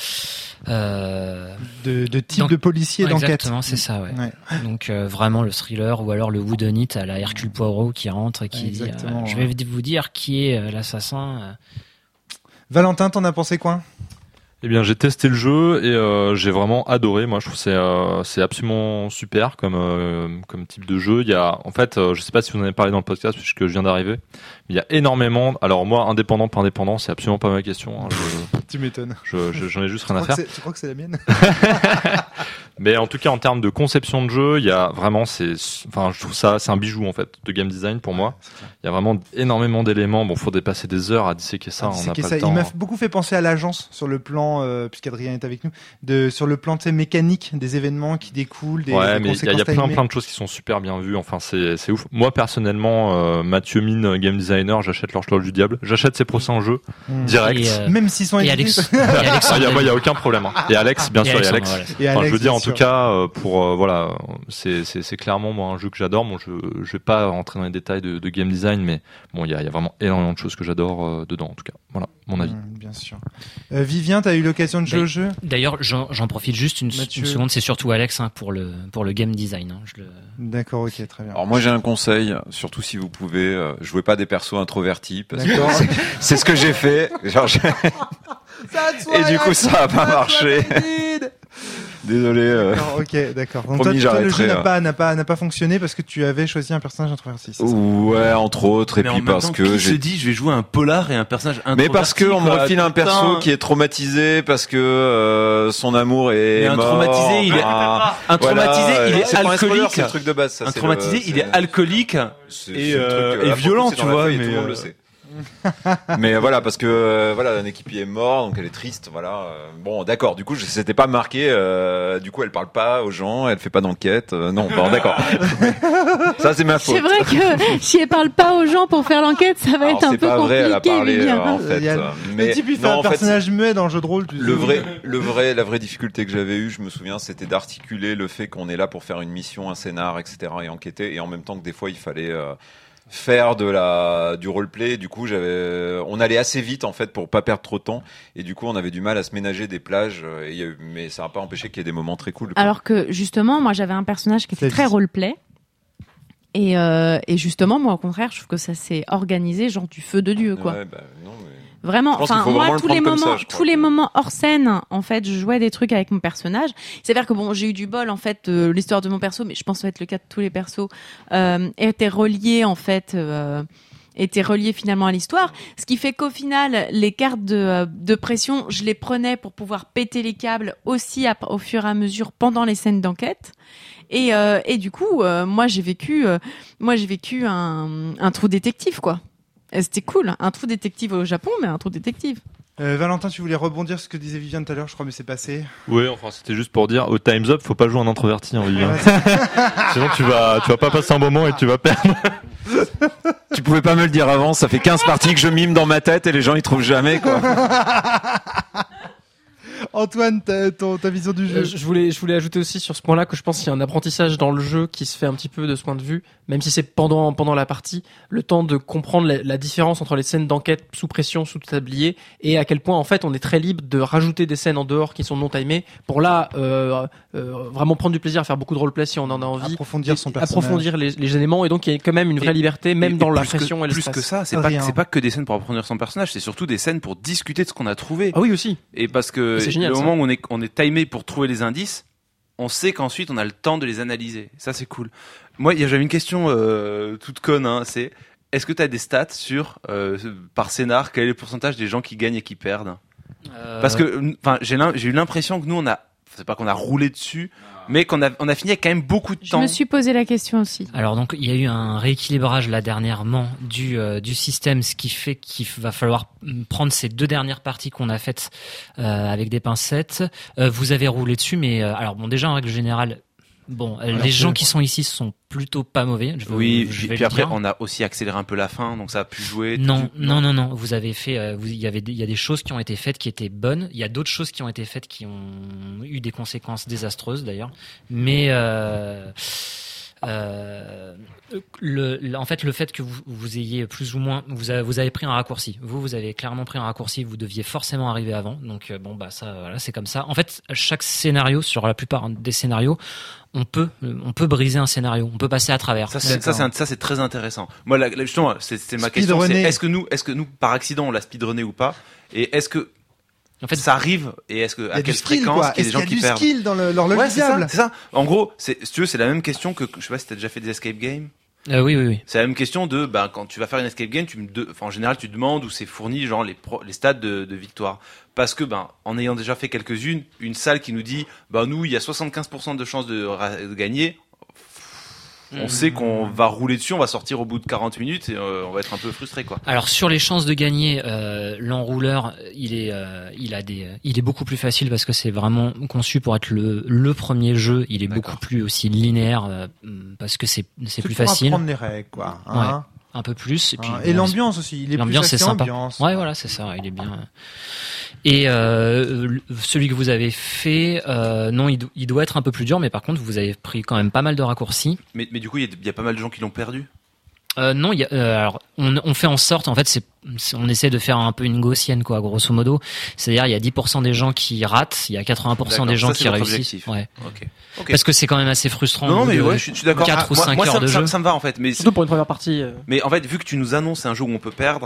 euh, de, de type de policier ouais, d'enquête. Exactement, c'est ça, ouais. ouais. Donc euh, vraiment le thriller ou alors le whodunit it à la Hercule Poirot qui rentre et qui dit, euh, je vais vous dire qui est euh, l'assassin. Euh. Valentin, t'en as pensé quoi ? Eh bien, j'ai testé le jeu et euh, j'ai vraiment adoré. Moi, je trouve que c'est euh, c'est absolument super comme euh, comme type de jeu. Il y a, en fait, euh, je sais pas si vous en avez parlé dans le podcast puisque je viens d'arriver, mais il y a énormément. Alors moi, indépendant, pas indépendant, c'est absolument pas ma question. Hein. Je, tu m'étonnes. Je, je, j'en ai juste rien à faire. Tu crois que c'est la mienne ? Mais en tout cas, en termes de conception de jeu, il y a vraiment, c'est, enfin, je trouve ça, c'est un bijou en fait de game design pour moi. Il y a vraiment énormément d'éléments. Bon, faut dépasser des heures à disséquer ça. À on n'a pas ça. le temps. Il m'a beaucoup fait penser à l'agence sur le plan, euh, puisqu'Adrien est avec nous, de sur le plan de ces mécaniques des événements qui découlent. Des, ouais, des mais il y a, y a plein plein de choses qui sont super bien vues. Enfin, c'est c'est ouf. Moi personnellement, euh, Mathieu Mine, game designer, j'achète l'Orchestre du Diable. J'achète ses prochains jeux mmh. direct. Et euh, Même s'ils sont et Alex. Il y a, moi, il y a aucun problème. Hein. Et Alex, bien et sûr, Alex, et Alex. Voilà. Et Alex enfin, je veux dire, en tout cas, euh, pour euh, voilà, c'est c'est c'est clairement moi un jeu que j'adore. Bon, je je vais pas rentrer dans les détails de, de game design, mais bon, il y a il y a vraiment énormément de choses que j'adore euh, dedans. En tout cas, voilà, mon avis. Mmh, bien sûr. Euh, Vivien, t'as eu l'occasion de jouer bah, au jeu ? D'ailleurs, j'en, j'en profite juste une, une seconde. C'est surtout Alex hein, pour le pour le game design. Hein, je le... D'accord, ok, très bien. Alors moi j'ai un conseil, surtout si vous pouvez, euh, jouez pas des persos introvertis. Parce que c'est, c'est ce que j'ai fait. Genre, j'ai... Et du coup ça a pas marché. Désolé. Euh... D'accord, ok, d'accord. Donc Promis, toi, toi le jeu n'a pas, n'a pas, n'a pas fonctionné parce que tu avais choisi un personnage introverti. C'est ça ouais, entre autres, et mais puis parce temps, que qui j'ai se dit, je vais jouer un polar et un personnage introverti. Mais parce que on me refile un perso putain. qui est traumatisé parce que euh, son amour est mais un mort. Traumatisé, il est ah, un traumatisé, voilà, il est c'est alcoolique. C'est le truc de base. Ça, un c'est traumatisé, le, il est alcoolique c'est, et, c'est euh, truc, et violent, tu vois. Mais mais tout le monde le sait. Mais voilà, parce que euh, voilà, un équipier est mort, donc elle est triste. Voilà. Bon, d'accord. Du coup, je s'était pas marqué. Euh, du coup, elle parle pas aux gens, elle fait pas d'enquête. Euh, non, bon, d'accord. Ça, c'est ma faute. C'est vrai que si elle parle pas aux gens pour faire l'enquête, ça va Alors, être un peu pas compliqué. Vrai, elle a parlé, euh, en fait. A... Mais le type, il fait non, un personnage fait, muet dans le jeu de rôle. Tu le sais. vrai, le vrai, la vraie difficulté que j'avais eue, je me souviens, c'était d'articuler le fait qu'on est là pour faire une mission, un scénar, et cetera, et enquêter, et en même temps que des fois, il fallait. Euh, faire de la du roleplay. Du coup, j'avais, on allait assez vite en fait pour pas perdre trop de temps, et du coup, on avait du mal à se ménager des plages. Et y a eu, mais ça n'a pas empêché qu'il y ait des moments très cool. Quoi. Alors que justement, moi, j'avais un personnage qui était très roleplay. Et, euh, et justement, moi, au contraire, je trouve que ça s'est organisé, genre du feu de Dieu, quoi. Ouais, bah, non, mais... Vraiment, enfin moi tous les moments, ça, tous les moments hors scène, en fait, je jouais des trucs avec mon personnage. C'est à dire que bon, j'ai eu du bol en fait, euh, l'histoire de mon perso, mais je pense que ça va être le cas de tous les persos, euh, était reliée en fait, euh, était reliée finalement à l'histoire. Ce qui fait qu'au final, les cartes de, de pression, je les prenais pour pouvoir péter les câbles aussi à, au fur et à mesure pendant les scènes d'enquête. Et, euh, et du coup, euh, moi j'ai vécu, euh, moi j'ai vécu un, un trou détective quoi. C'était cool, un trou détective au Japon, mais un trou détective. Euh, Valentin, tu voulais rebondir sur ce que disait Viviane tout à l'heure, je crois, mais c'est passé. Oui, enfin, c'était juste pour dire, au Time's Up, faut pas jouer en introverti, hein, Viviane. Sinon, tu vas, tu vas pas passer un moment et tu vas perdre. Tu pouvais pas me le dire avant, ça fait quinze parties que je mime dans ma tête et les gens ils trouvent jamais, quoi. Antoine, ta, ton, ta vision du jeu. Euh, je voulais, je voulais ajouter aussi sur ce point-là que je pense qu'il y a un apprentissage dans le jeu qui se fait un petit peu de ce point de vue, même si c'est pendant pendant la partie, le temps de comprendre la, la différence entre les scènes d'enquête sous pression, sous tablier, et à quel point en fait on est très libre de rajouter des scènes en dehors qui sont non timées pour là euh, euh, vraiment prendre du plaisir à faire beaucoup de roleplay si on en a envie, approfondir son personnage, approfondir les, les éléments, et donc il y a quand même une vraie et, liberté, même et, dans et la pression que, et le plus stress. que ça, c'est pas c'est pas que des scènes pour approfondir son personnage, c'est surtout des scènes pour discuter de ce qu'on a trouvé. Ah oui aussi. Et parce que c'est génial, le ça. moment où on est on est timé pour trouver les indices, on sait qu'ensuite on a le temps de les analyser. Ça c'est cool. Moi, j'avais une question euh, toute conne, hein, c'est est-ce que tu as des stats sur euh, par scénar quel est le pourcentage des gens qui gagnent et qui perdent euh... Parce que enfin j'ai j'ai eu l'impression que nous on a c'est pas qu'on a roulé dessus, mais qu'on a on a fini avec quand même beaucoup de je temps. Je me suis posé la question aussi. Alors donc il y a eu un rééquilibrage là dernièrement du euh, du système, ce qui fait qu'il va falloir prendre ces deux dernières parties qu'on a faites euh, avec des pincettes. Euh, vous avez roulé dessus, mais euh, alors bon déjà en règle générale. Bon, alors les gens qui sont ici sont plutôt pas mauvais. Je vais, oui, je vais puis après dire. on a aussi accéléré un peu la fin, donc ça a pu jouer. Non, tout, non, non, non. Vous avez fait, euh, vous, il y avait, il y a des choses qui ont été faites qui étaient bonnes. Il y a d'autres choses qui ont été faites qui ont eu des conséquences désastreuses d'ailleurs. Mais euh, euh, le, le, en fait, le fait que vous, vous ayez plus ou moins, vous avez, vous avez pris un raccourci. Vous, vous avez clairement pris un raccourci. Vous deviez forcément arriver avant. Donc euh, bon, bah ça, voilà, c'est comme ça. En fait, chaque scénario, sur la plupart des scénarios, on peut, on peut briser un scénario, on peut passer à travers. Ça, c'est, ça, c'est, un, ça, c'est très intéressant. Moi, là, justement, c'est, c'est ma question. C'est, est-ce que nous, est-ce que nous, par accident, on l'a speedrunné ou pas? Et est-ce que, en fait, ça arrive? Et est-ce que, à quelle skill, fréquence, qu'il y a des gens qui perdent? Il y a du skill dans le, l'horloge ouais, visible. C'est ça, c'est ça. En gros, c'est, si tu veux, c'est la même question que, je sais pas si t'as déjà fait des escape games. Euh, oui, oui, oui. C'est la même question de, ben, quand tu vas faire une escape game, tu me, de, enfin, en général, tu demandes où c'est fourni, genre, les pro, les stades de, de victoire. Parce que, ben, en ayant déjà fait quelques-unes, une salle qui nous dit, ben, nous, il y a soixante-quinze pour cent de chances de, de gagner. On mmh. sait qu'on va rouler dessus, on va sortir au bout de quarante minutes et euh, on va être un peu frustré, quoi. Alors sur les chances de gagner, euh, l'enrouleur, il est, euh, il a des, il est beaucoup plus facile parce que c'est vraiment conçu pour être le le premier jeu. Il est D'accord. beaucoup plus aussi linéaire euh, parce que c'est c'est, c'est plus facile. Apprendre les règles, quoi. Hein ouais, un peu plus. Et puis et bon, l'ambiance aussi. Il est l'ambiance plus c'est sympa. Ambiance. Ouais, voilà, c'est ça. Il est bien. Et euh, celui que vous avez fait, euh, non, il, do- il doit être un peu plus dur, mais par contre, vous avez pris quand même pas mal de raccourcis. Mais, mais du coup, il y, y a pas mal de gens qui l'ont perdu. Euh, non, il y a, euh, alors on, on fait en sorte, en fait, c'est, c'est, on essaie de faire un peu une gaussienne, quoi, grosso modo. C'est-à-dire, il y a dix pour cent des gens qui ratent, il y a quatre-vingts pour cent d'accord, des gens ça, qui réussissent. Ouais. Okay. Okay. Parce que c'est quand même assez frustrant. Non, non mais ouais, je suis d'accord. quatre ah, ou cinq moi, heures ça, de ça, jeu. Ça me va en fait, mais surtout pour une première partie. Euh... Mais en fait, vu que tu nous annonces un jeu où on peut perdre.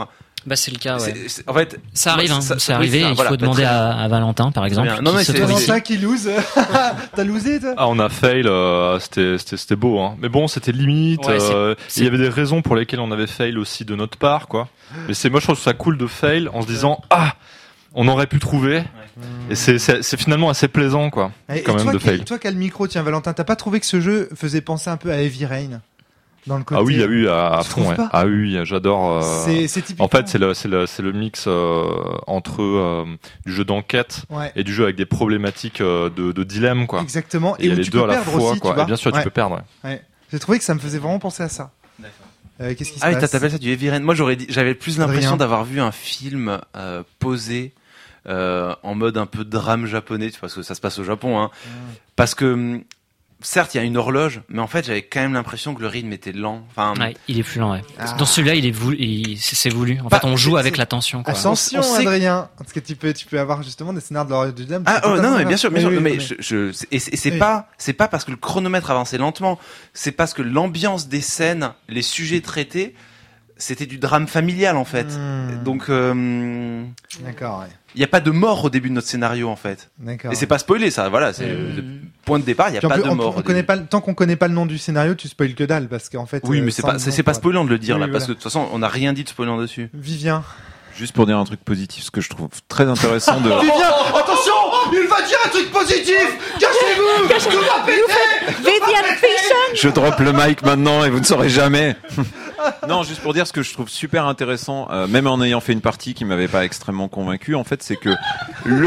Bah c'est le cas, ouais. C'est, c'est, en fait, ça arrive, hein, ça, c'est arrivé. ça, il voilà, faut demander à, à Valentin, par exemple. Non mais c'est Valentin qui lose. T'as losé toi? Ah, on a fail. Euh, c'était, c'était, c'était beau, hein. Mais bon, c'était limite. Ouais, euh, c'est, c'est... Il y avait des raisons pour lesquelles on avait fail aussi de notre part, quoi. Mais c'est, moi, je trouve ça cool de fail en se disant, ah, on aurait pu trouver. Ouais. Et c'est, c'est, c'est finalement assez plaisant, quoi. Et, quand et même toi, de qui, fail. Toi qui as le micro, tiens, Valentin, t'as pas trouvé que ce jeu faisait penser un peu à Heavy Rain? Dans le côté, ah oui, ah oui, à, à fond, ouais. Ah oui, j'adore. Euh... C'est, c'est typiquement... En fait, c'est le, c'est le, c'est le mix euh, entre euh, du jeu d'enquête ouais. et du jeu avec des problématiques euh, de, de dilemme, quoi. Exactement. Et, et où les tu deux peux à la perdre fois, aussi, quoi. Tu vois et bien sûr, ouais. tu peux perdre. Ouais. Ouais. J'ai trouvé que ça me faisait vraiment penser à ça. D'accord. Euh, qu'est-ce qui se ah passe? oui, t'appelles ça du Heavy Rain. Moi, j'aurais dit, j'avais plus l'impression Rien. d'avoir vu un film euh, posé euh, en mode un peu drame japonais, tu vois, parce que ça se passe au Japon, hein. Mm. Parce que certes, il y a une horloge, mais en fait, j'avais quand même l'impression que le rythme était lent. Enfin, ouais, il est plus lent. Ouais. Ah. Dans celui-là, il est voulu. Il, c'est, c'est voulu. En bah, fait, on joue c'est, avec c'est... la tension. Quoi. Attention, on, on Adrien, parce que tu peux, tu peux avoir justement des scénarios de l'horloge du diable. Ah oh, non, non, mais bien sûr, bien sûr. Oui, mais oui, je, je, et, et c'est oui. pas, c'est pas parce que le chronomètre avançait lentement. C'est parce que l'ambiance des scènes, les sujets traités, c'était du drame familial en fait. Mmh. Donc, euh, d'accord. Ouais. Il n'y a pas de mort au début de notre scénario en fait. D'accord. Et c'est pas spoilé ça, voilà, c'est mmh. le point de départ, il n'y a Puis pas plus, de on, mort. On connaît pas, tant qu'on connaît pas le nom du scénario, tu spoil que dalle parce qu'en fait. Oui, euh, mais c'est pas, c'est, c'est pas spoilant de le dire oui, là, voilà. parce que de toute façon, on n'a rien dit de spoilant dessus. Vivien. Juste pour dire un truc positif, ce que je trouve très intéressant de. Vivien, attention, il va dire un truc positif. Cachez-vous, cachez-vous, va péter. Vivian Fiction. Je drop le mic maintenant et vous ne saurez jamais. Non, juste pour dire ce que je trouve super intéressant, euh, même en ayant fait une partie qui m'avait pas extrêmement convaincu, en fait, c'est que le...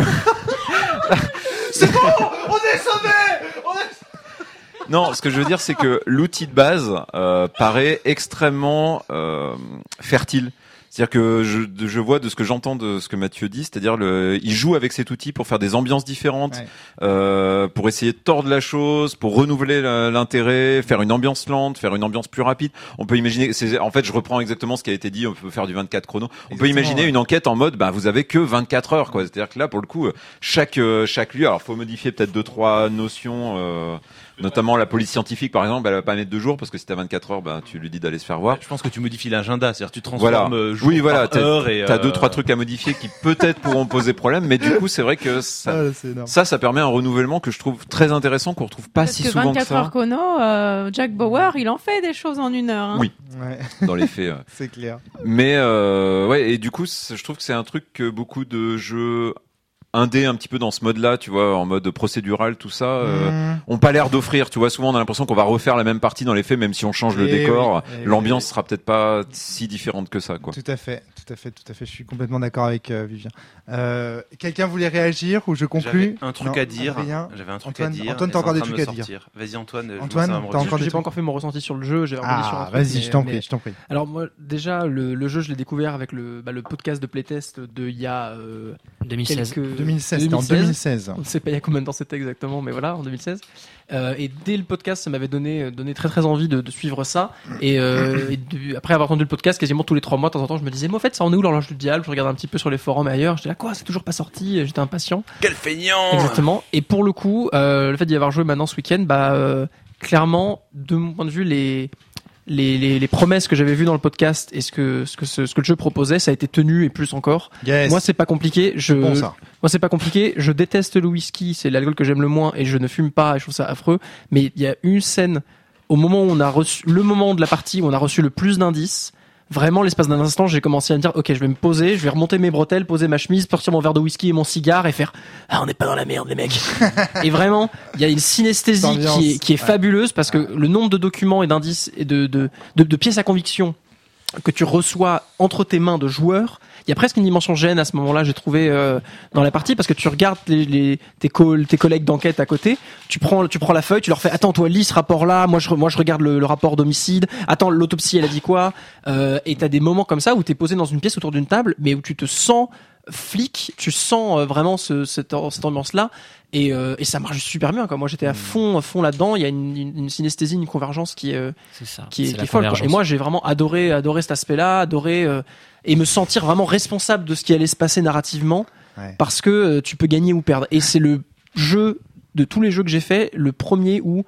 c'est bon, on est sauvés. On est... Non, ce que je veux dire, c'est que l'outil de base euh, paraît extrêmement euh, fertile. C'est-à-dire que je, je vois de ce que j'entends de ce que Mathieu dit, c'est-à-dire le, il joue avec cet outil pour faire des ambiances différentes, ouais. euh, pour essayer de tordre la chose, pour renouveler l'intérêt, faire une ambiance lente, faire une ambiance plus rapide. On peut imaginer, c'est, en fait, je reprends exactement ce qui a été dit, on peut faire du vingt-quatre chrono. On exactement, peut imaginer ouais. une enquête en mode, bah, vous avez que vingt-quatre heures, quoi. C'est-à-dire que là, pour le coup, chaque chaque lieu, alors faut modifier peut-être deux trois notions. Euh, Notamment la police scientifique, par exemple, elle va pas mettre deux jours parce que si t'as vingt-quatre heures, bah tu lui dis d'aller se faire voir. Je pense que tu modifies l'agenda, c'est-à-dire tu transformes voilà. jour oui, voilà, par heure et t'as euh... deux trois trucs à modifier qui peut-être pourront poser problème, mais du coup c'est vrai que ça, ah, ça, ça permet un renouvellement que je trouve très intéressant qu'on retrouve pas parce si que souvent que ça. vingt-quatre heures chrono, euh, Jack Bauer, il en fait des choses en une heure. Hein. Oui, ouais. Dans les faits. Euh. C'est clair. Mais euh, ouais, et du coup, je trouve que c'est un truc que beaucoup de jeux indé un petit peu dans ce mode-là, tu vois, en mode procédural, tout ça, euh, mmh. ont pas l'air d'offrir, tu vois. Souvent, on a l'impression qu'on va refaire la même partie dans les faits, même si on change et le décor, oui, l'ambiance oui. sera peut-être pas si différente que ça, quoi. Tout à fait, tout à fait, tout à fait. Je suis complètement d'accord avec euh, Vivien. Euh, quelqu'un voulait réagir ou je conclus? J'avais un truc non, à dire. Rien. J'avais un truc Antoine, à dire. Antoine, t'as encore des trucs à dire. Vas-y, Antoine. Antoine, t'as encore des J'ai pas encore fait mon ressenti sur le jeu. J'ai ah, vas-y, je t'en prie, je t'en prie. Alors moi, déjà, le, le jeu, je l'ai découvert avec le, bah, le podcast de playtest de il y a euh, deux mille seize. Quelques... deux mille seize. En deux mille seize. On ne sait pas il y a combien de temps c'était exactement, mais voilà, en deux mille seize. Euh, et dès le podcast, ça m'avait donné, donné très très envie de, de suivre ça. Et, euh, et de, après avoir entendu le podcast, quasiment tous les trois mois, de temps en temps, je me disais, mais en fait, ça en est où l'horloge du diable? Je regardais un petit peu sur les forums et ailleurs. J'étais là, quoi, c'est toujours pas sorti? J'étais impatient. Quel feignant! Exactement. Et pour le coup, euh, le fait d'y avoir joué maintenant ce week-end, bah, euh, clairement, de mon point de vue, les, Les, les, les promesses que j'avais vues dans le podcast et ce que, ce que, ce, ce que le jeu proposait, ça a été tenu et plus encore. Yes. Moi, c'est pas compliqué. Je, bon, ça. Moi, c'est pas compliqué. Je déteste le whisky. C'est l'alcool que j'aime le moins et je ne fume pas et je trouve ça affreux. Mais il y a une scène au moment où on a reçu, le moment de la partie où on a reçu le plus d'indices. Vraiment, l'espace d'un instant, j'ai commencé à me dire, ok, je vais me poser, je vais remonter mes bretelles, poser ma chemise, sortir mon verre de whisky et mon cigare et faire, ah, on n'est pas dans la merde, les mecs. Et vraiment, il y a une synesthésie qui est, qui est fabuleuse parce que le nombre de documents et d'indices et de, de, de, de pièces à conviction que tu reçois entre tes mains de joueurs, il y a presque une dimension gêne à ce moment-là, j'ai trouvé euh, dans la partie, parce que tu regardes les, les, tes, co- tes collègues d'enquête à côté, tu prends, tu prends la feuille, tu leur fais, attends, toi, lis ce rapport-là, moi je, moi je regarde le, le rapport d'homicide, attends, l'autopsie, elle a dit quoi, euh, et t'as des moments comme ça où t'es posé dans une pièce autour d'une table, mais où tu te sens flic, tu sens euh, vraiment ce, cette, cette ambiance-là, et, euh, et ça marche super bien, quoi. Moi j'étais à fond, à fond là-dedans, il y a une, une, une synesthésie, une convergence qui, euh, c'est ça, qui est, c'est qui est folle, quoi. Et moi j'ai vraiment adoré, adoré cet aspect-là, adoré euh, et me sentir vraiment responsable de ce qui allait se passer narrativement, ouais. Parce que euh, tu peux gagner ou perdre. Et c'est le jeu de tous les jeux que j'ai fait, le premier où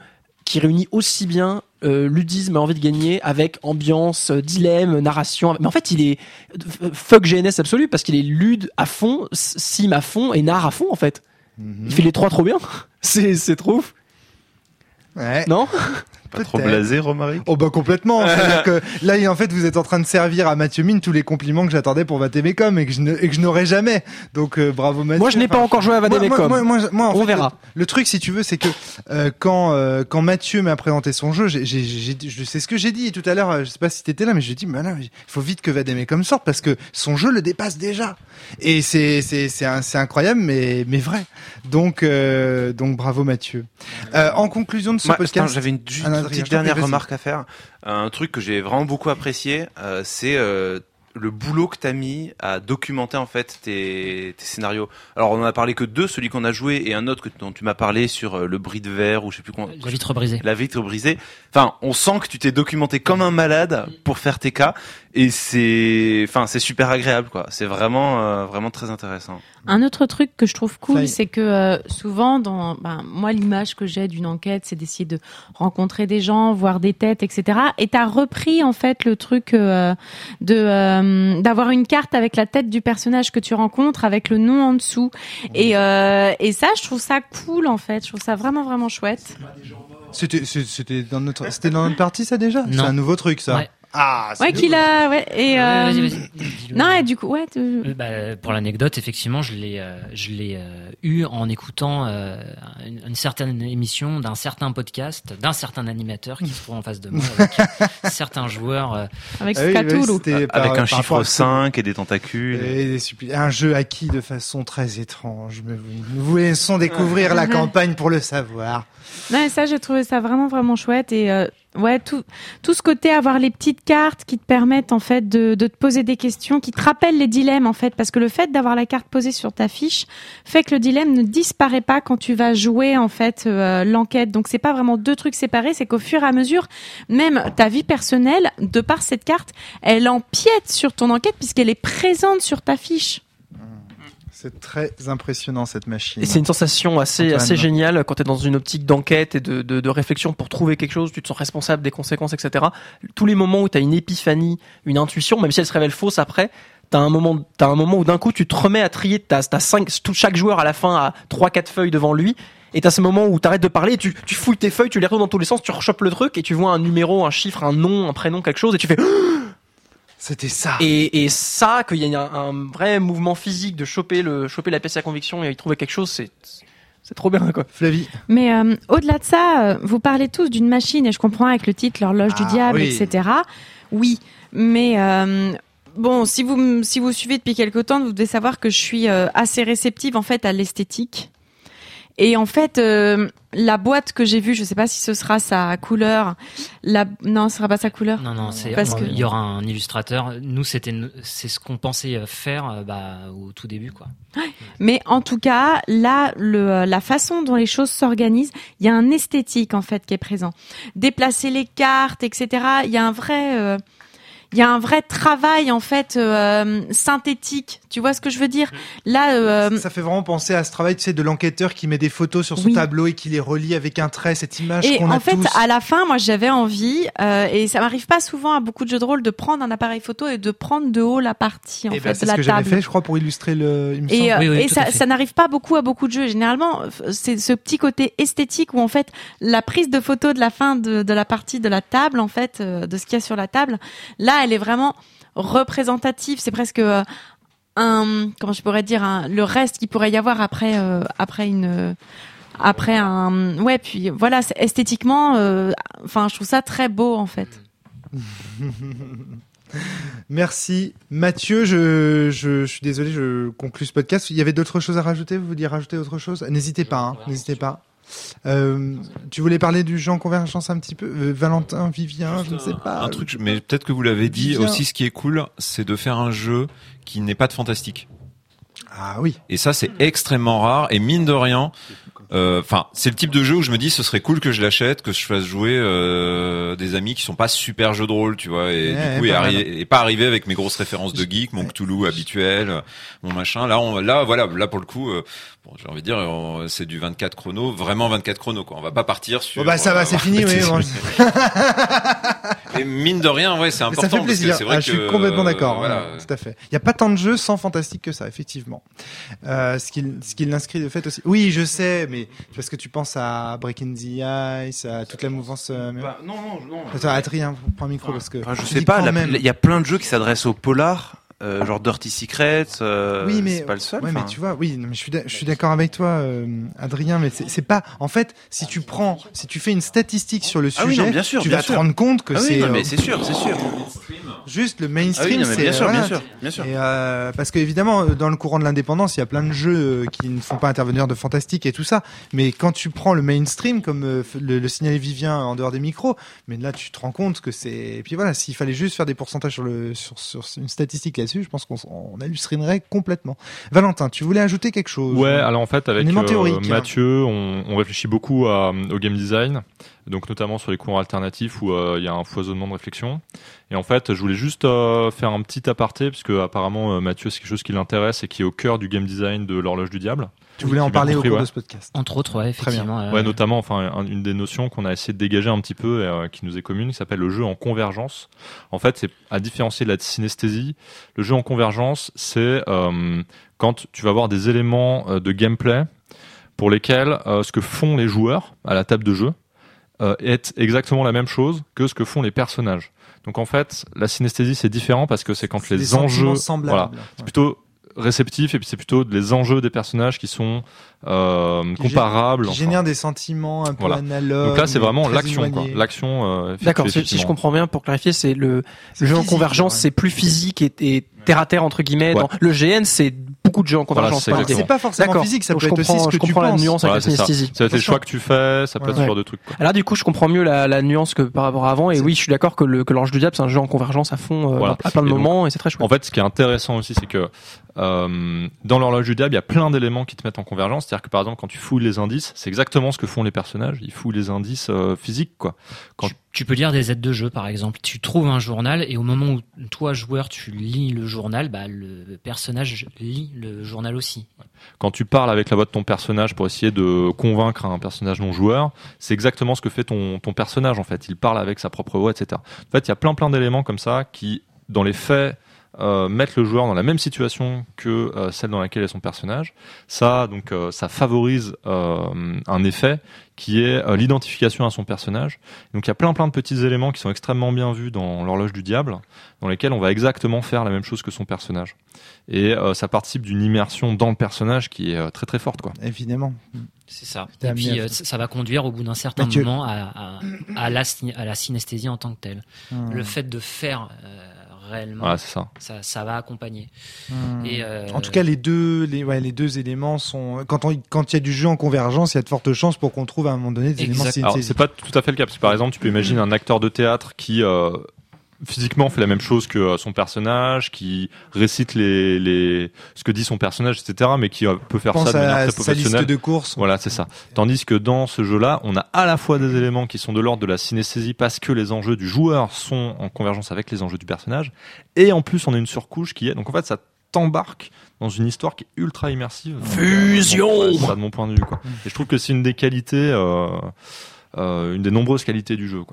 qui réunit aussi bien euh, ludisme et envie de gagner avec ambiance, euh, dilemme, narration. Mais en fait, il est euh, fuck G N S absolu parce qu'il est lude à fond, sim à fond et narre à fond en fait. Mm-hmm. Il fait les trois trop bien. c'est c'est trop ouf. Ouais. Non? Pas trop blasé, Romaric? Oh bah complètement. C'est-à-dire que là, en fait, vous êtes en train de servir à Mathieu Mine tous les compliments que j'attendais pour Vatémécom et que je ne, et que je n'aurais jamais. Donc euh, bravo Mathieu. Moi, je n'ai enfin, pas encore joué à Vatémécom. Moi, moi, moi, moi, en on fait, verra. Le, le truc, si tu veux, c'est que euh, quand euh, quand Mathieu m'a présenté son jeu, j'ai, j'ai, j'ai, je sais ce que j'ai dit tout à l'heure. Je sais pas si t'étais là, mais j'ai dit, mais là, il faut vite que Vatémécom sorte parce que son jeu le dépasse déjà. Et c'est c'est c'est un, c'est incroyable, mais mais vrai. Donc euh, donc bravo Mathieu. Euh, en conclusion de ce moi, podcast, attends, j'avais une, juste une petite dernière remarque à faire. Un truc que j'ai vraiment beaucoup apprécié, euh, c'est euh, le boulot que t'as mis à documenter en fait tes, tes scénarios. Alors on en a parlé que deux, celui qu'on a joué et un autre que, dont tu m'as parlé sur euh, le bris de verre ou je sais plus quoi. La vitre brisée. La vitre brisée. Enfin, on sent que tu t'es documenté comme un malade pour faire tes cas et c'est, enfin, c'est super agréable quoi. C'est vraiment, euh, vraiment très intéressant. Un autre truc que je trouve cool, Faille. c'est que euh, souvent, dans, ben, moi, l'image que j'ai d'une enquête, c'est d'essayer de rencontrer des gens, voir des têtes, et cetera. Et t'as repris en fait le truc euh, de euh, d'avoir une carte avec la tête du personnage que tu rencontres, avec le nom en dessous. Et euh, et ça, je trouve ça cool en fait. Je trouve ça vraiment vraiment chouette. c'était c'était dans notre c'était dans notre partie ça déjà. Non. C'est un nouveau truc ça. Ouais. Ah. C'est Ouais, qu'il a, ouais. Et euh... Vas-y, vas-y. Dis-le. non, et du coup, ouais. Tu... Euh, bah, pour l'anecdote, effectivement, je l'ai, euh, je l'ai euh, eu en écoutant euh, une, une certaine émission d'un certain podcast, d'un certain animateur qui se trouve en face de moi, avec certains joueurs. Euh, avec Ah oui, Cthulhu. ouais, c'était par- Avec un par chiffre rapport à- cinq et des tentacules. Et des suppli- un jeu acquis de façon très étrange. Mais vous, nous vous laissons découvrir la campagne pour le savoir. Non, et ça, j'ai trouvé ça vraiment, vraiment chouette. Et euh, ouais, tout, tout ce côté, avoir les petites cartes qui te permettent en fait de, de te poser des questions, qui te rappellent les dilemmes en fait, parce que le fait d'avoir la carte posée sur ta fiche fait que le dilemme ne disparaît pas quand tu vas jouer en fait euh, l'enquête. Donc c'est pas vraiment deux trucs séparés, c'est qu'au fur et à mesure, même ta vie personnelle, de par cette carte, elle empiète sur ton enquête puisqu'elle est présente sur ta fiche. C'est très impressionnant cette machine. Et c'est une sensation assez Antoine. assez géniale quand t'es dans une optique d'enquête et de, de de réflexion pour trouver quelque chose, tu te sens responsable des conséquences, et cetera. Tous les moments où t'as une épiphanie, une intuition, même si elle se révèle fausse après, t'as un moment, t'as un moment où d'un coup tu te remets à trier, t'as t'as cinq, tout chaque joueur à la fin a trois quatre feuilles devant lui. Et t'as ce moment où t'arrêtes de parler, et tu, tu fouilles tes feuilles, tu les retournes dans tous les sens, tu rechopes le truc et tu vois un numéro, un chiffre, un nom, un prénom, quelque chose et tu fais C'était ça. et, et ça, qu'il y a un, un vrai mouvement physique de choper le, choper la pièce à conviction et y trouver quelque chose, c'est, c'est trop bien, quoi. Flavie. Mais euh, au-delà de ça, euh, vous parlez tous d'une machine, et je comprends avec le titre, l'horloge Ah, du diable, oui. et cetera. Oui, mais euh, bon, si vous m- si vous suivez depuis quelque temps, vous devez savoir que je suis euh, assez réceptive en fait à l'esthétique. Et en fait, euh, la boîte que j'ai vue, je sais pas si ce sera sa couleur. La... Non, ce sera pas sa couleur. non, non, c'est, Parce on- que- il y aura un illustrateur. Nous, c'était, c'est ce qu'on pensait faire euh, bah, au tout début, quoi. Mais en tout cas, là, le, la façon dont les choses s'organisent, il y a un esthétique en fait qui est présent. Déplacer les cartes, et cetera. Il y a un vrai, euh, il y a un vrai travail en fait euh, synthétique. Tu vois ce que je veux dire? Là, euh, Ça fait vraiment penser à ce travail, tu sais, de l'enquêteur qui met des photos sur son Oui. tableau et qui les relie avec un trait, cette image et qu'on en a fait, tous. à la fin, moi, j'avais envie, euh, et ça m'arrive pas souvent à beaucoup de jeux de rôle de prendre un appareil photo et de prendre de haut la partie en Eh fait ben, c'est de ce la que j'avais table. fait, je crois, pour illustrer le. Il me Et, semble. euh, Oui, oui, et tout ça, à fait. ça n'arrive pas beaucoup à beaucoup de jeux. Généralement, f- c'est ce petit côté esthétique où en fait la prise de photo de la fin de, de la partie de la table, en fait, euh, de ce qu'il y a sur la table, là, elle est vraiment représentative. C'est presque euh, un, comment je pourrais dire, un, le reste qu'il pourrait y avoir après, euh, après une. euh, Après un, ouais, puis voilà, c'est esthétiquement, euh, enfin, je trouve ça très beau en fait. Merci Mathieu, je, je, je suis désolé, je conclus ce podcast. Il y avait d'autres choses à rajouter? Vous vouliez rajouter autre chose? N'hésitez pas, hein, n'hésitez pas. Euh, tu voulais parler du jeu en convergence un petit peu, euh, Valentin, Vivien, je ne sais pas. Un truc, mais peut-être que vous l'avez dit Vivien. aussi, ce qui est cool, c'est de faire un jeu qui n'est pas de fantastique. Ah oui. Et ça, c'est extrêmement rare. Et mine de rien, Enfin, euh, c'est le type de jeu où je me dis ce serait cool que je l'achète, que je fasse jouer euh, des amis qui sont pas super jeux de rôle, tu vois, et ouais, du coup et, arri- et pas arriver avec mes grosses références de geek, mon Cthulhu habituel, mon machin. Là, on, là, voilà, là pour le coup, euh, bon, j'ai envie de dire, on, c'est du vingt-quatre chrono, vraiment vingt-quatre chrono, quoi. On va pas partir sur. Bon bah ça va, euh, c'est fini, oui. Bon. Et mine de rien, ouais, c'est important. Ça fait plaisir. C'est vrai ah, que, je suis complètement d'accord. Euh, voilà. hein, tout à fait. Il y a pas tant de jeux sans fantastique que ça, effectivement. Euh, ce qui, ce qui l'inscrit de fait aussi. Oui, je sais, mais parce que tu penses à Breaking the Ice, à toute la mouvance. Euh, bah, non, non, non. Attends, Adrien, prends un micro parce que. Enfin, je sais pas. Il y a plein de jeux qui s'adressent au polar. Euh, genre Dirty Secret, euh, oui, mais, c'est pas le seul. Ouais, mais tu vois, oui, non, mais je suis, je suis d'accord avec toi, euh, Adrien, mais c'est, c'est pas. En fait, si tu prends, si tu fais une statistique sur le sujet, ah oui, non, bien sûr, tu bien vas sûr. te rendre compte que ah c'est. Oui, non, mais c'est sûr, c'est sûr. Juste le mainstream, ah oui, non, mais c'est. Bien sûr, voilà. bien sûr, bien sûr. Et euh, parce qu'évidemment, dans le courant de l'indépendance, il y a plein de jeux qui ne font pas intervenir de fantastique et tout ça. Mais quand tu prends le mainstream, comme euh, le, le signalé Vivien en dehors des micros, mais là, tu te rends compte que c'est. Et puis voilà, s'il fallait juste faire des pourcentages sur le sur, sur une statistique là-dessus, je pense qu'on on hallucinerait complètement. Valentin, tu voulais ajouter quelque chose? Ouais, alors en fait, avec euh, théorique, Mathieu, on, on réfléchit beaucoup à, au game design, donc notamment sur les courants alternatifs où euh, il y a un foisonnement de réflexion. Et en fait, je voulais juste euh, faire un petit aparté, parce que apparemment euh, Mathieu, c'est quelque chose qui l'intéresse et qui est au cœur du game design de l'Horloge du Diable. Tu voulais en parler compris, au cours ouais. de ce podcast. Entre autres, ouais, effectivement. Euh... Ouais, notamment, enfin, un, une des notions qu'on a essayé de dégager un petit peu, et, euh, qui nous est commune, qui s'appelle le jeu en convergence. En fait, c'est à différencier de la synesthésie. Le jeu en convergence, c'est euh, quand tu vas avoir des éléments euh, de gameplay pour lesquels euh, ce que font les joueurs à la table de jeu euh, est exactement la même chose que ce que font les personnages. Donc en fait, la synesthésie, c'est différent parce que c'est quand c'est les enjeux, voilà, c'est plutôt réceptif et puis c'est plutôt les enjeux des personnages qui sont euh, qui comparables, qui enfin. génèrent des sentiments un peu voilà. analogues. Donc là, c'est vraiment l'action, éloignés. quoi. L'action. Euh, D'accord. Si, si je comprends bien, pour clarifier, c'est le, le jeu physique, en convergence, ouais. c'est plus physique et, et terre à terre entre guillemets. Ouais. Dans le G N, c'est beaucoup de jeux en convergence. Voilà, c'est, c'est pas forcément D'accord. physique, ça Donc peut je être aussi comprends, ce que je tu comprends la penses. nuance voilà, avec la synesthésie. Ça va être les choix que tu fais, ça peut ouais. être ce genre de trucs. Quoi. Alors du coup, je comprends mieux la, la nuance que par rapport à avant. Et c'est... oui, je suis d'accord que le que l'Ange du Diable, c'est un jeu en convergence à fond, euh, voilà. à plein de et moments, donc, et c'est très chouette. En fait, ce qui est intéressant aussi, c'est que euh, dans l'Horloge du Diable, il y a plein d'éléments qui te mettent en convergence. C'est-à-dire que par exemple, quand tu fouilles les indices, c'est exactement ce que font les personnages. Ils fouillent les indices euh, physiques, quoi. Quand tu, tu peux lire des aides de jeu, par exemple. Tu trouves un journal et au moment où toi, joueur, tu lis le journal, bah, le personnage lit le journal aussi. Quand tu parles avec la voix de ton personnage pour essayer de convaincre un personnage non joueur, c'est exactement ce que fait ton, ton personnage, en fait. Il parle avec sa propre voix, et cetera. En fait, il y a plein plein d'éléments comme ça qui, dans les faits, Euh, mettre le joueur dans la même situation que euh, celle dans laquelle est son personnage. Ça, donc, euh, ça favorise euh, un effet qui est euh, l'identification à son personnage. Donc, il y a plein plein de petits éléments qui sont extrêmement bien vus dans l'Horloge du Diable, dans lesquels on va exactement faire la même chose que son personnage. Et euh, ça participe d'une immersion dans le personnage qui est euh, très très forte, quoi. Évidemment. C'est ça. Et puis, euh, ça va conduire au bout d'un certain Mathieu. moment à, à, à, la, à la synesthésie en tant que telle. Hum. Le fait de faire euh, réellement, Voilà, c'est ça. ça, ça va accompagner. Hum. Et euh... En tout cas, les deux, les, ouais, les deux éléments sont. Quand on, quand il y a du jeu en convergence, il y a de fortes chances pour qu'on trouve à un moment donné des éléments Exact. Alors, c'est pas tout à fait le cas, parce que par exemple, tu peux imaginer un acteur de théâtre qui euh, physiquement fait la même chose que euh, son personnage, qui récite les, les, ce que dit son personnage, et cetera, mais qui euh, peut faire pense ça de manière à très sa professionnelle. liste de courses. Voilà, c'est ça. Tandis que dans ce jeu-là, on a à la fois des éléments qui sont de l'ordre de la synesthésie parce que les enjeux du joueur sont en convergence avec les enjeux du personnage, et en plus on a une surcouche qui est, donc en fait ça t'embarque dans une histoire qui est ultra immersive. Fusion. Donc, euh, ça de mon point de vue, quoi. Et je trouve que c'est une des qualités, euh, euh, une des nombreuses qualités du jeu, quoi.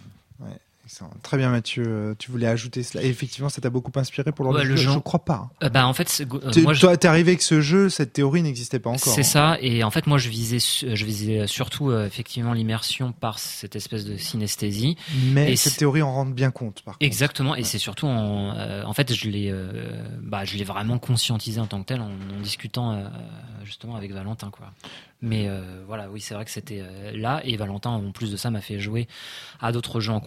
Très bien, Mathieu. Tu voulais ajouter cela. Et effectivement, ça t'a beaucoup inspiré pour ouais, le jeu. Je crois pas. Euh, bah en fait, c'est, euh, tu, moi, je... toi, t'es arrivé avec ce jeu, cette théorie n'existait pas encore. C'est hein. ça. Et en fait, moi, je visais, je visais surtout euh, effectivement l'immersion par cette espèce de synesthésie. Mais et cette c'est... théorie en rend bien compte. Par Exactement. contre. Et ouais. c'est surtout en, euh, en fait, je l'ai, euh, bah, je l'ai vraiment conscientisé en tant que tel en, en discutant euh, justement avec Valentin, quoi. Mais euh, voilà, oui, c'est vrai que c'était euh, là. Et Valentin, en plus de ça, m'a fait jouer à d'autres jeux en convergence,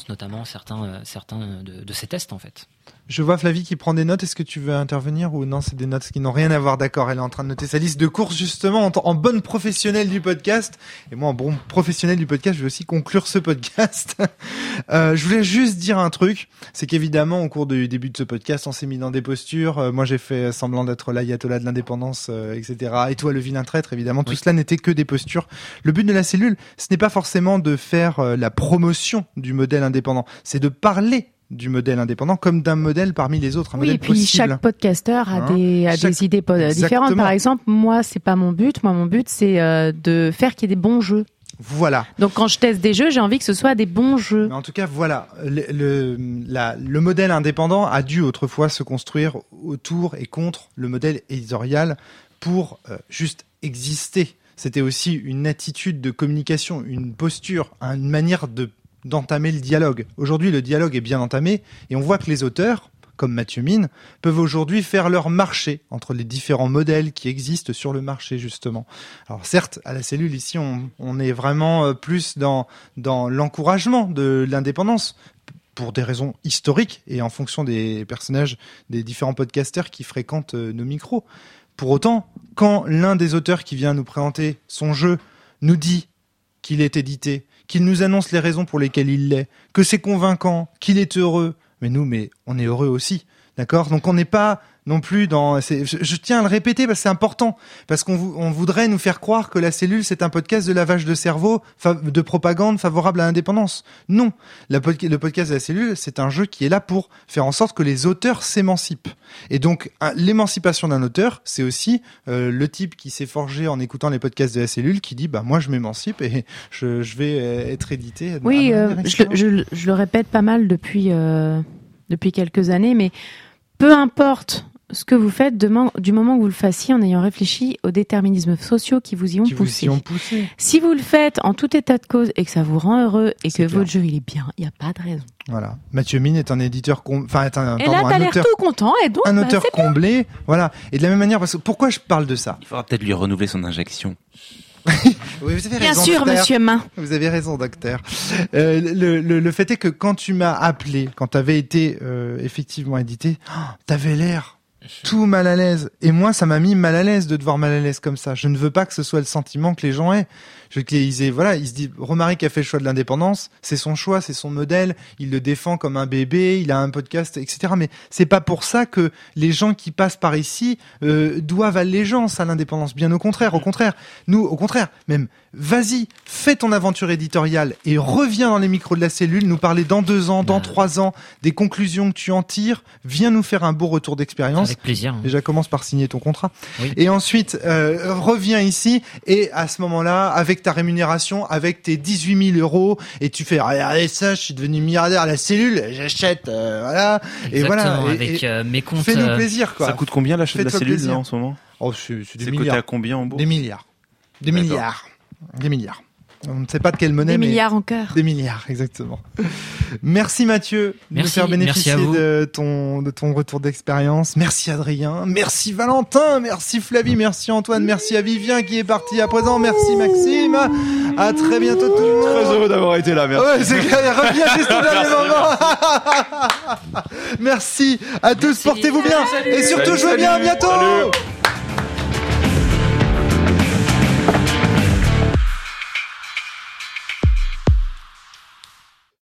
notamment certains, euh, certains de, de ces tests en fait. Je vois Flavie qui prend des notes. Est-ce que tu veux intervenir ou non? C'est des notes qui n'ont rien à voir. D'accord. Elle est en train de noter sa liste de courses justement en, en bonne professionnelle du podcast. Et moi, en bon professionnel du podcast, je vais aussi conclure ce podcast. euh, je voulais juste dire un truc. C'est qu'évidemment, au cours du début de ce podcast, on s'est mis dans des postures. Euh, moi, j'ai fait semblant d'être l'ayatollah de l'indépendance, euh, et cetera. Et toi, le vilain traître. Évidemment, tout oui. cela n'était que des postures. Le but de la cellule, ce n'est pas forcément de faire euh, la promotion du modèle indépendant. C'est de parler du modèle indépendant comme d'un modèle parmi les autres, un oui, modèle et puis possible. Chaque podcasteur a hein des a chaque... des idées po- différentes. Par exemple, moi, c'est pas mon but. Moi, mon but, c'est euh, de faire qu'il y ait des bons jeux. Voilà. Donc, quand je teste des jeux, j'ai envie que ce soit des bons jeux. Mais en tout cas, voilà, le le, la, le modèle indépendant a dû autrefois se construire autour et contre le modèle éditorial pour euh, juste exister. C'était aussi une attitude de communication, une posture, une manière de d'entamer le dialogue. Aujourd'hui, le dialogue est bien entamé et on voit que les auteurs, comme Mathieu Mine, peuvent aujourd'hui faire leur marché entre les différents modèles qui existent sur le marché, justement. Alors certes, à la cellule, ici, on, on est vraiment plus dans, dans l'encouragement de l'indépendance pour des raisons historiques et en fonction des personnages des différents podcasteurs qui fréquentent nos micros. Pour autant, quand l'un des auteurs qui vient nous présenter son jeu nous dit qu'il est édité, qu'il nous annonce les raisons pour lesquelles il l'est, que c'est convaincant, qu'il est heureux. Mais nous, mais on est heureux aussi, d'accord? Donc on n'est pas non plus dans... C'est, je, je tiens à le répéter parce que c'est important, parce qu'on on voudrait nous faire croire que la cellule, c'est un podcast de lavage de cerveau, de propagande favorable à l'indépendance. Non, la, le podcast de la cellule, c'est un jeu qui est là pour faire en sorte que les auteurs s'émancipent. Et donc, un, l'émancipation d'un auteur, c'est aussi euh, le type qui s'est forgé en écoutant les podcasts de la cellule, qui dit, bah moi, je m'émancipe et je, je vais être édité. Oui, euh, je, je, je le répète pas mal depuis, euh, depuis quelques années, mais peu importe ce que vous faites, demain, du moment que vous le fassiez en ayant réfléchi aux déterminismes sociaux qui vous y ont, qui poussé. Vous y ont poussé. Si vous le faites en tout état de cause et que ça vous rend heureux et c'est que clair. Votre jeu il est bien, il n'y a pas de raison. Voilà. Mathieu Mine est un éditeur, com... enfin, est un, et pardon, là, t'as un l'air auteur, tout content, et donc, un bah, auteur comblé. Voilà. Et de la même manière, parce que pourquoi je parle de ça? Il faudra peut-être lui renouveler son injection. Oui, vous avez Bien raison, sûr, docteur. monsieur Main. Vous avez raison, docteur. Euh, le, le, le fait est que quand tu m'as appelé, quand tu avais été euh, effectivement édité, oh, t'avais l'air tout mal à l'aise. Et moi, ça m'a mis mal à l'aise de te voir mal à l'aise comme ça. Je ne veux pas que ce soit le sentiment que les gens aient. Je veux qu'ils aient, voilà, ils se disent, Romaric a fait le choix de l'indépendance, c'est son choix, c'est son modèle, il le défend comme un bébé, il a un podcast, et cetera. Mais c'est pas pour ça que les gens qui passent par ici euh, doivent allégeance à l'indépendance. Bien au contraire, au contraire. Nous, au contraire, même, vas-y, fais ton aventure éditoriale et reviens dans les micros de la cellule, nous parler dans deux ans, dans bah, trois ans, des conclusions que tu en tires. Viens nous faire un beau retour d'expérience. Avec plaisir. Hein. Déjà, commence par signer ton contrat. Oui. Et ensuite, euh, reviens ici et à ce moment-là, avec ta rémunération, avec tes dix-huit mille euros, et tu fais, regardez ça, je suis devenu milliardaire à la cellule, j'achète, euh, voilà. Exactement, et voilà. Avec et, euh, mes comptes. Fais-nous euh... plaisir, quoi. Ça coûte combien l'achat de la cellule, plaisir. là, en ce moment? Oh, c'est, c'est des c'est milliards. coté à combien en bourse? Des milliards. Des D'accord. milliards. Des milliards. On ne sait pas de quelle monnaie, des mais... milliards en cœur. Des milliards, exactement. Merci Mathieu de merci, nous faire bénéficier merci de ton, de ton retour d'expérience. Merci Adrien. Merci Valentin. Merci Flavie. Merci Antoine. Merci à Vivien qui est parti à présent. Merci Maxime. À très bientôt tout le monde. Très heureux d'avoir été là. Merci. Ouais, c'est clair. Reviens juste au dernier moment. Merci à tous. Merci. Portez-vous bien. Salut. Et surtout, Salut, jouez bien. À salut. bientôt. Salut.